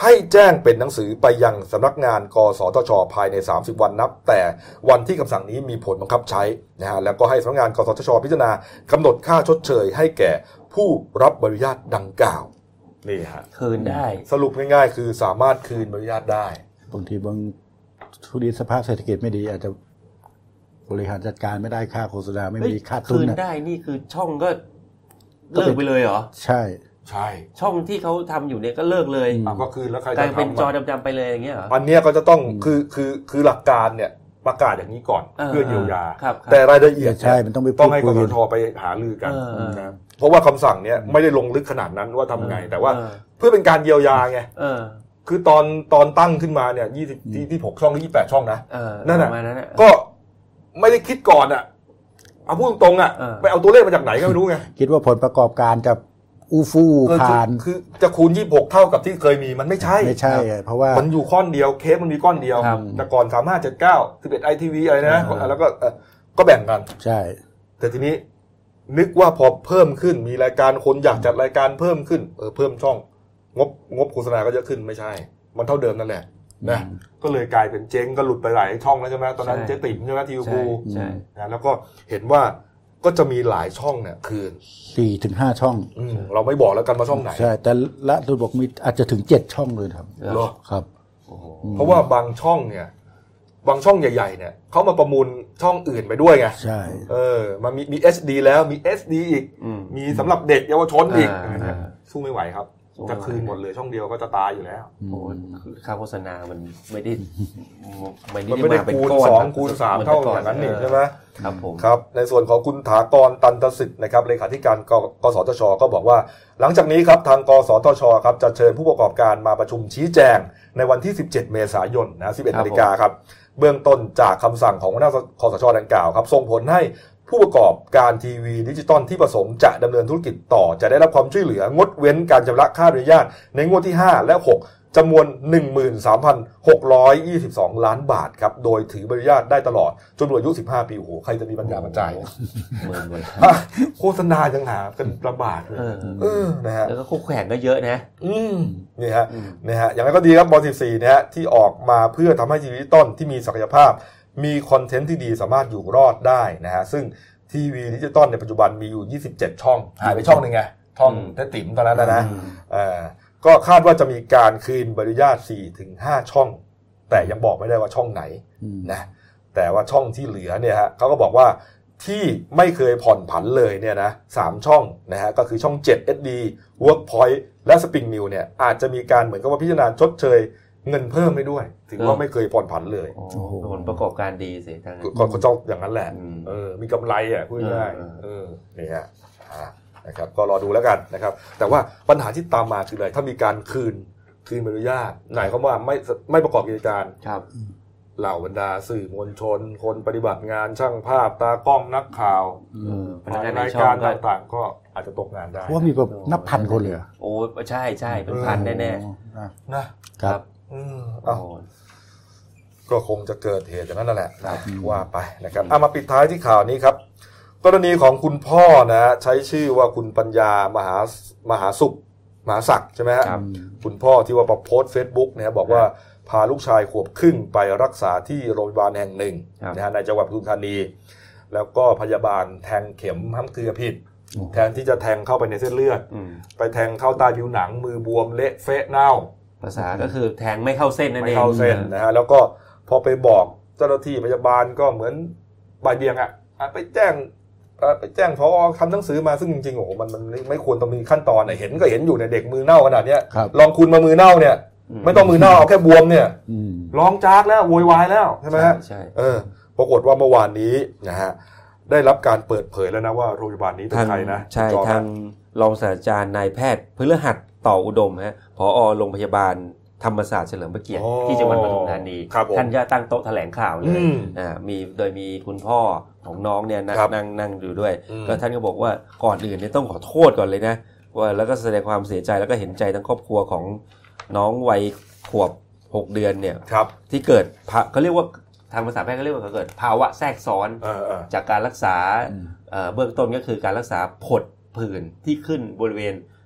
ให้แจ้งเป็นหนังสือไปยังสำนักงานกสทช.ภายในสามสิบวันนับแต่วันที่คำสั่งนี้มีผลบังคับใช้นะฮะแล้วก็ให้สำนักงานกสทช.พิจารณากำหนดค่าชดเชยให้แก่ผู้รับใบอนุญาตดังกล่าวนี่ฮะคืนได้สรุปง่ายๆคือสามารถคืนใบอนุญาตได้บางทีบางทุนสภาพเศรษฐกิจไม่ดีอาจจะบริหารจัดการไม่ได้ค่าโฆษณาไม่มีค่าทุนคืนได้นี่คือช่องก็เลิกไปเลยเหรอใช่ใช่ช่องที่เขาทำอยู่เนี่ยก็เลิกเลยอ่ะก็คือแล้วใครจะกลายเป็นจอดำๆไปเลยอย่างเงี้ยเหรออันเนี้ยก็จะต้องคือคือคือหลักการเนี่ยประกาศอย่างนี้ก่อนเพื่อเยียวยาแต่รายละเอียดใช่มันต้องไปต้องให้กสทช.ไปหารือกันนะเพราะว่าคำสั่งเนี้ยไม่ได้ลงลึกขนาดนั้นว่าทำไงแต่ว่าเพื่อเป็นการเยียวยาไงคือตอนตอนตั้งขึ้นมาเนี่ยยี่สิบที่หกช่องยี่สิบแปดช่องนะนั่นน่ะก็ไม่ได้คิดก่อนอ่ะเอาพูดตรงๆอ่ะไปเอาตัวเลขมาจากไหนก็ไม่รู้ไงคิดว่าผลประกอบการจะอู้ฟู่ผ่านคือจะคูณยี่สิบหกเท่ากับที่เคยมีมันไม่ใช่ไม่ใช่เพราะว่ามันอยู่ก้อนเดียวเคสมันมีก้อนเดียวแต่ก่อนสามห้าเจ็ดเก้า สิบเอ็ด ไอ ที วี อะไรนะแล้วก็ก็แบ่งกันใช่แต่ทีนี้นึกว่าพอเพิ่มขึ้นมีรายการคนอยากจัดรายการเพิ่มขึ้นเออเพิ่มช่องงบงบโฆษณาก็เยอะขึ้นไม่ใช่มันเท่าเดิมนั่นแหละนะก็เลยกลายเป็นเจ๊งก็หลุดไปหลายช่องแล้วใช่ไหมตอนนั้นเจ๊ติ๋มใช่ไหมทีวีภูนะแล้วก็เห็นว่าก็จะมีหลายช่องเนี่ยคืนสี่ถึงห้า ช่องเราไม่บอกแล้วกันว่าช่องไหนใช่แต่ละตัวบอกมีอาจจะถึงเจ็ดช่องเลยครับเหรอครับเพราะว่าบางช่องเนี่ยบางช่องใหญ่ๆเนี่ยเขามาประมูลช่องอื่นไปด้วยไงใช่เออมันมีมี เอช ดี แล้วมี เอส ดี อีกมีสำหรับเด็กเยาวชนอีกสู้ไม่ไหวครับจะคืนหมดเลยช่องเดียวก็จะตายอยู่แล้วโอ้ค่าโฆษณามันไม่ได้ไม่ได้คูณสองคูณสามเท่าอย่างนั้นนี่ใช่ไหมครับผมครับในส่วนของคุณถากรตันตสิทธิ์นะครับเลขาธิการกสทช.ก็บอกว่าหลังจากนี้ครับทางกสทช.ครับจะเชิญผู้ประกอบการมาประชุมชี้แจงในวันที่สิบเจ็ดเมษายนนะสิบเอ็ดนาฬิกาครับเบื้องต้นจากคำสั่งของหัวหน้ากสทช.ดังกล่าวครับส่งผลให้ผู้ประกอบการทีวีดิจิตอลที่ประสงค์จะดำเนินธุรกิจต่อจะได้รับความช่วยเหลืองดเว้นการชำระค่าอนุญาตในงวดที่ห้าและหกจำนวน หนึ่งหมื่นสามพันหกร้อยยี่สิบสอง ล้านบาทครับโดยถือใบอนุญาตได้ตลอดจนอายุสิบห้าปีโอ้โหใครจะมีปัญญาบรรจัยโฆษณายังหากันลำบากเลยเออนะฮะแล้วก็คู่แข่งก็เยอะนะอืมนี่ฮะนี่ฮะอย่างไรก็ดีครับบอสิบสี่เนี่ยที่ออกมาเพื่อทำให้ทีวีดิจิตอลที่มีศักยภาพมีคอนเทนต์ที่ดีสามารถอยู่รอดได้นะฮะซึ่งทีวีดิจิตอลในปัจจุบันมีอยู่ยี่สิบเจ็ดช่องหายไปช่องนึงไงช่องเทติ๋มตอนนั้นนะเอ่อก็คาดว่าจะมีการคืนใบอนุญาต สี่ถึงห้า ช่องแต่ยังบอกไม่ได้ว่าช่องไหนนะแต่ว่าช่องที่เหลือเนี่ยฮะเขาก็บอกว่าที่ไม่เคยผ่อนผันเลยเนี่ยนะสามช่องนะฮะก็คือช่องเจ็ด เอส ดี Workpoint และ Spring News เนี่ยอาจจะมีการเหมือนกับว่าพิจารณาชดเชยเงินเพิ่มไม่ด้วยถึงว่าไม่เคยผ่อนผันเลยผลประกอบการดีสิทั้งนั้นก็ต้องอย่างนั้นแหละเออมีกำไรอ่ะพูดง่ายๆเออนี่ฮะนะครับก็รอดูแล้วกันนะครับแต่ว่าปัญหาที่ตามมาคืออะไรถ้ามีการคืนคืนใบอนุญาตไหนเขาว่าไม่ไม่ประกอบกิจการครับเหล่าบรรดาสื่อมวลชนคนปฏิบัติงานช่างภาพตากล้องนักข่าวรายการต่างๆก็อาจจะตกงานได้ว่ามีแบบนับพันคนเลยโอ้ใช่ใช่เป็นพันแน่ๆนะครับอืมอ้าวก็คงจะเกิดเหตุอย่างนั้นนั่นแหละนะว่าไปนะครับเอามาปิดท้ายที่ข่าวนี้ครับกรณีของคุณพ่อนะใช้ชื่อว่าคุณปัญญามหามหาสุขมหาศักดิ์ใช่ไหมฮะคุณพ่อที่ว่าโพสต์ Facebook นะบอกว่าพาลูกชายขวบครึ่งไปรักษาที่โรงพยาบาลแห่งหนึ่งนะฮะในจังหวัดปทุมธานีแล้วก็พยาบาลแทงเข็มห้ำเกลือผิดแทนที่จะแทงเข้าไปในเส้นเลือดไปแทงเข้าใต้ผิวหนังมือบวมเละเฟะเน่าภาษาก็คือแทงไม่เข้าเส้นนั่นเองไม่เข้าเส้นนะฮะแล้วก็พอไปบอกเจ้าหน้าที่พยาบาลก็เหมือนบ่ายเบี่ยงอ่ะไปแจ้งไปแจ้งผอ.ทำหนังสือมาซึ่งจริงๆโอ้โหมันมันไม่ควรต้องมีขั้นตอนเห็นก็เห็นอยู่ในเด็กมือเน่าขนาดนี้ลองคุณมามือเน่าเนี่ยไม่ต้องมือเน่าเอาแค่บวมเนี่ยร้องจากแล้วโวยวายแล้วใช่ไหมฮะใช่เออปรากฏว่าเมื่อวานนี้นะฮะได้รับการเปิดเผยแล้วนะว่าโรงพยาบาลนี้เป็นใครนะใช่ทางรองศาสตราจารย์นายแพทย์พฤหัสต่ออุดมฮะผอ.โรงพยาบาลธรรมศาสตร์เฉลิมพระเกียรติที่จังหวัดปทุมธานีท่านจะตั้งโต๊ะแถลงข่าวเลยอ่ามีโดยมีคุณพ่อของน้องเนี่ยนั่งนั่งอยู่ด้วยก็ท่านก็บอกว่าก่อนอื่นเนี่ยต้องขอโทษก่อนเลยนะว่าแล้วก็แสดงความเสียใจแล้วก็เห็นใจทั้งครอบครัวของน้องวัยขวบหกเดือนเนี่ยที่เกิดเขาเรียกว่าทางภาษาแพทย์เขาเรียกว่าเกิดภาวะแทรกซ้อนจากการรักษาเบื้องต้นก็คือการรักษาผดผื่นที่ขึ้นบริเวณ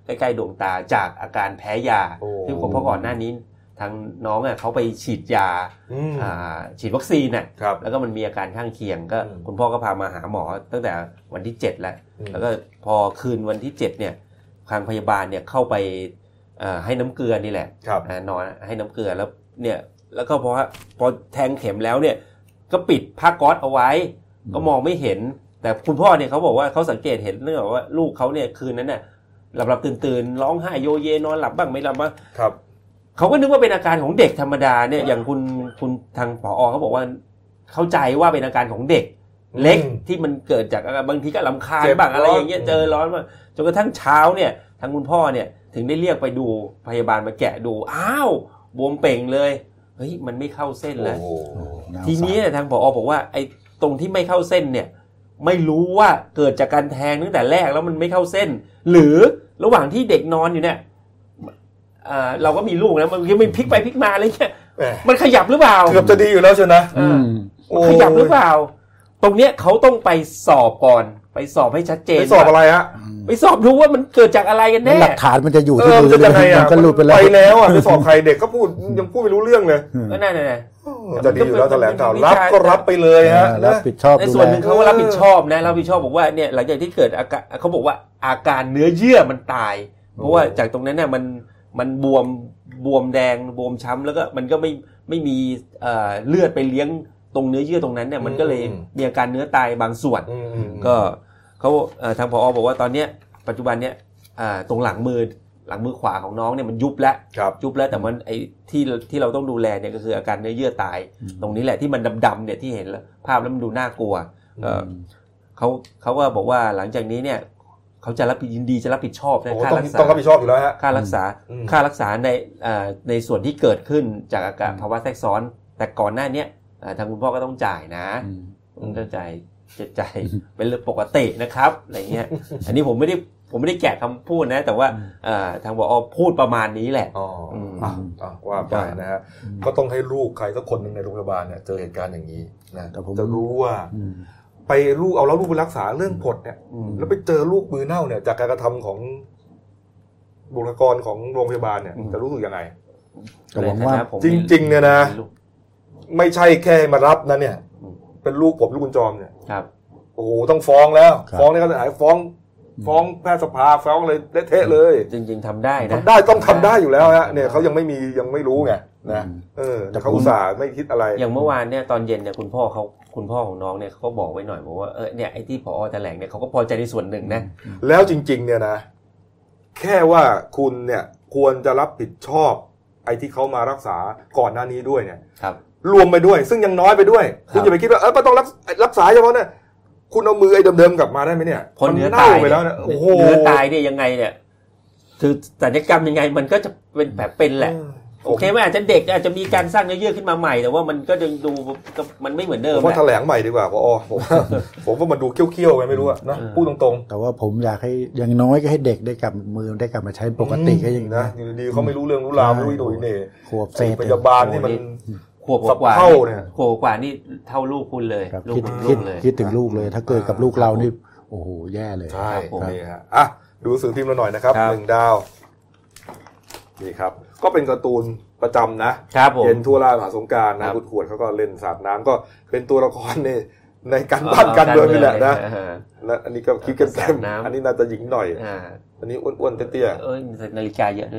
ใกล้ๆดวงตาจากอาการแพ้ยาที่ผมเพราะก่อนหน้านี้ทางน้องอ่ะเขาไปฉีดยาอ่าฉีดวัคซีนน่ะแล้วก็มันมีอาการข้างเคียงก็คุณพ่อก็พามาหาหมอตั้งแต่วันที่เจ็ดแล้วแล้วก็พอคืนวันที่เจ็ดเนี่ยทางพยาบาลเนี่ยเข้าไปให้น้ำเกลือนี่แหละนอนให้น้ำเกลือแล้วเนี่ยแล้วก็พอพอแทงเข็มแล้วเนี่ยก็ปิดผ้าก๊อซเอาไว้ก็มองไม่เห็นแต่คุณพ่อเนี่ยเขาบอกว่าเขาสังเกตเห็นเรื่องว่าลูกเขาเนี่ยคืนนั้นน่ะหลับๆตื่นๆร้องไห้โยเยนอนหลับบ้างไม่หลับบ้างครับเขาก็นึกว่าเป็นอาการของเด็กธรรมดาเนี่ยอย่างคุณคุณทางผอ.เขาบอกว่าเข้าใจว่าเป็นอาการของเด็กเล็กที่มันเกิดจากบางทีก็รำคาญบ้างอะไรอย่างเงี้ยเจอร้อนบ้างจนกระทั่งเช้าเนี่ยทางคุณพ่อเนี่ยถึงได้เรียกไปดูพยาบาลมาแกะดูอ้าวบวมเป่งเลยเฮ้ยมันไม่เข้าเส้นแล้วทีนี้ทางผอ.บอกว่าไอ้ตรงที่ไม่เข้าเส้นเนี่ยไม่รู้ว่าเกิดจากการแทงตั้งแต่แรกแล้วมันไม่เข้าเส้นหรือระหว่างที่เด็กนอนอยู่เนี่ยอ่าเราก็มีลูกนะมันมันพลิกไปพลิกมาอะไรเงี้ยมันขยับหรือเปล่าเกือบจะดีอยู่แล้วใช่ไหมขยับหรือเปล่าตรงเนี้ยเขาต้องไปสอบก่อนไปสอบให้ชัดเจนไปสอบอะไรฮะไปสอบดูว่ามันเกิดจากอะไรกันแน่หลักฐานมันจะอยู่ที่มือจะยังไงอ่ะมันไปแล้วอ่ะไปสอบใครเด็กก็พูดยังพูดไม่รู้เรื่องเลยก็นั่นแหละจะดีอยู่แล้วแถลงข่าวรับก็รับไปเลยฮะรับผิดชอบในส่วนหนึ่งเขารับผิดชอบนะรับผิดชอบบอกว่าเนี่ยหลังจากที่เกิดอาการเขาบอกว่าอาการเนื้อเยื่อมันตายเพราะว่าจากตรงนั้นเนี่ยมันมันบวมบวมแดงบวมช้ำแล้วก็มันก็ไม่ไม่มีเลือดไปเลี้ยงตรงเนื้อเยื่อตรงนั้นเนี่ยมันก็เลยมีอาการเนื้อตายบางส่วนก็เขาทางผอ.บอกว่าตอนเนี้ยปัจจุบันเนี้ยตรงหลังมือหลังมือขวาของน้องเนี่ยมันยุบแล้วยุบแล้วแต่มันไอ้ที่ที่เราต้องดูแลเนี่ยก็คืออาการเนื้อเยื่อตายตรงนี้แหละที่มันดำๆเนี่ยที่เห็นแล้วภาพแล้วมันดูน่ากลัวเขาเขาก็บอกว่าหลังจากนี้เนี่ยเขาจะรับยินดีจะรับผิดชอบนะค่ารักษาต้องรับผิดชอบอยู่แล้วฮะค่ารักษาค่ารักษาในในส่วนที่เกิดขึ้นจากอาการภาวะแทรกซ้อนแต่ก่อนหน้านี้ทางคุณพ่อก็ต้องจ่ายนะต้องจ่ายใจเป็นเรื่องปกตินะครับอะไรเงี้ยอันนี้ผมไม่ได้ผมไม่ได้แกะคำพูดนะแต่ว่าทางผอ.พูดประมาณนี้แหละอ๋อว่าไปนะฮะก็ต้องให้ลูกใครสักคนนึงในโรงพยาบาลเนี่ยเจอเหตุการณ์อย่างนี้นะจะรู้ว่าไปลูกเอาแล้วลูกไปรักษาเรื่องผดเนี่ยแล้วไปเจอลูกมือเน่าเนี่ยจากการกระทำของบุคลากรของโรงพยาบาลเนี่ยจะรู้สึกยังไงแต่หวังว่าจริงๆเนี่ยนะไม่ใช่แค่มารับนะเนี่ยเป็นลูกผมลูกคุณจอมเนี่ยโอ้โหต้องฟ้องแล้วฟ้องนี่เขาจะหายฟ้องฟ้องแพทยสภาฟ้องเลยเละๆเลยจริงๆทำได้นะทำได้ต้องทำได้อยู่แล้วฮะเนี่ยเขายังไม่มียังไม่รู้ไงนะเออแต่เขาอุตส่าห์ไม่คิดอะไรอย่างเมื่อวานเนี่ยตอนเย็นเนี่ยคุณพ่อเขาคุณพ่อของน้องเนี่ยเขาบอกไว้หน่อยบอกว่าเออเนี่ยไอ้ที่ผอ.แถลงเนี่ยเขาก็พอใจในส่วนหนึ่งนะแล้วจริงๆเนี่ยนะแค่ว่าคุณเนี่ยควรจะรับผิดชอบไอ้ที่เขามารักษาก่อนหน้านี้ด้วยเนี่ยรวมไปด้วยซึ่งยังน้อยไปด้วยคุณอย่าไปคิดว่าเออต้องรับรักษาเฉพาะเนี่ยคุณเอามือไอ้เดิมๆกลับมาได้ไหมเนี่ยคนเนื้อตายไปแล้วเนี่ยโอ้โหเนื้อตายเนี่ยยังไงเนี่ยคือศัลยกรรมยังไงมันก็จะเป็นแบบเป็นแหละโอเคไหมอาจจะเด็กอาจจะมีการสร้างเนื้อเยื่อขึ้นมาใหม่แต่ว่ามันก็ยังดูมันไม่เหมือนเดิมผมว่าแถลงใหม่ดีกว่าพอผมผมว่ามันดูเคี้ยวๆไงไม่รู้อะนะพูดตรงๆแต่ว่าผมอยากให้อย่างน้อยก็ให้เด็กได้กลับมือได้กลับมาใช้ปกติก็ยังนะอยู่ดีเขาไม่รู้เรื่องรู้ราวไม่รู้โดยเน่ขวบเศษพยาบาลนี่มันขวบกว่าเนี่ยขวบกว่านี่เท่าลูกคุณเลยลูกลูกเลยคิดถึงลูกเลยถ้าเกิดกับลูกเรานี่โอ้โหแย่เลยใช่นี่ฮะอ่ะดูสื่อพิมพ์เราหน่อยนะครับหนึ่งดาวนี่ครับก็เป็นการ์ตูนประจำนะเย็นทั่วล่ามหาสงกรานต์นะคุณขวดเขาก็เล่นสาดน้ำก็เป็นตัวละครในในการบ้านกันเมืองนี่แหละนะและอันนี้ก็คิดกันเต็มอันนี้น่าจะหญิงหน่อยอันนี้อ้วนๆเตี้ยๆเอ้ยนาฬิกาเยอะด้วย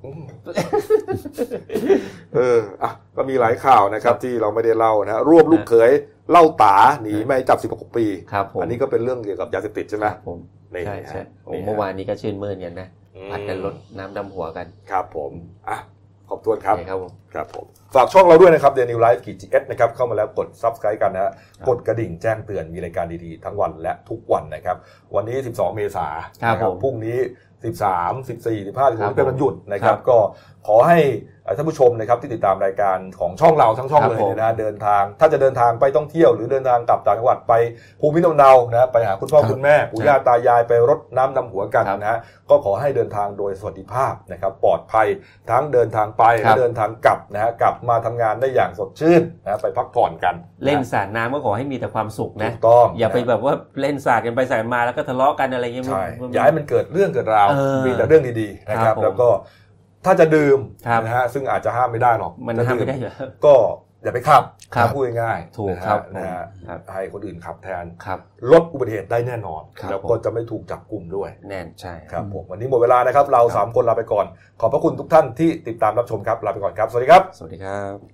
เอออ่ะก็มีหลายข่าวนะครับที่เราไม่ได้เล่านะรวบลูกเขยเล่าตาหนีไม่จับสิบหกปีอันนี้ก็เป็นเรื่องเกี่ยวกับยาเสพติดใช่ไหมผมใช่ใช่เมื่อวานนี้ก็ชื่นมื่นกันนะผัดกันลดน้ำดำหัวกันครับผมอ่ะขอบคุณครับครับผมครับผมฝากช่องเราด้วยนะครับ Daily Life กี จี เอส นะครับเข้ามาแล้วกด Subscribe กันนะฮะกดกระดิ่งแจ้งเตือนมีรายการดีๆทั้งวันและทุกวันนะครับวันนี้สิบสองเมษายนนะครับพรุ่งนี้สิบสาม สิบสี่ สิบห้า สิบหกเป็นวันหยุดนะครับก็ขอให้ท่านผู้ชมนะครับที่ติดตามรายการของช่องเราทั้งช่องเลยนะเดินทางถ้าจะเดินทางไปท่องเที่ยวหรือเดินทางกลับต่างจังหวัดไปภูมิลำเนานะไปหาคุณพ่อคุณแม่ปู่ย่าตายายไปรดน้ำดำหัวกันนะก็ขอให้เดินทางโดยสวัสดิภาพนะครับปลอดภัยทั้งเดินทางไปและเดินทางกลับนะฮะกลับมาทำงานได้อย่างสดชื่นนะไปพักผ่อนกันเล่นสาดน้ำก็ขอให้มีแต่ความสุขนะถูกต้องอย่าไปแบบว่าเล่นสาดกันไปสาดมาแล้วก็ทะเลาะกันอะไรเงี้ยใช่อย่าให้มันเกิดเรื่องเกิดราวมีแต่เรื่องดีๆนะครับแล้วก็ถ้าจะดื่มนะฮะซึ่งอาจจะห้ามไม่ได้หรอกมันห้ามไม่ได้อยู่ก็อย่าไปขับพูดง่ายๆถูกครับนะฮะให้คนอื่นขับแทนครับลดอุบัติเหตุได้แน่นอนแล้วก็จะไม่ถูกจับกุมด้วยแน่นใช่ครับผมวันนี้หมดเวลานะครับเราสามคนลาไปก่อนขอบพระคุณทุกท่านที่ติดตามรับชมครับลาไปก่อนครับสวัสดีครับสวัสดีครับ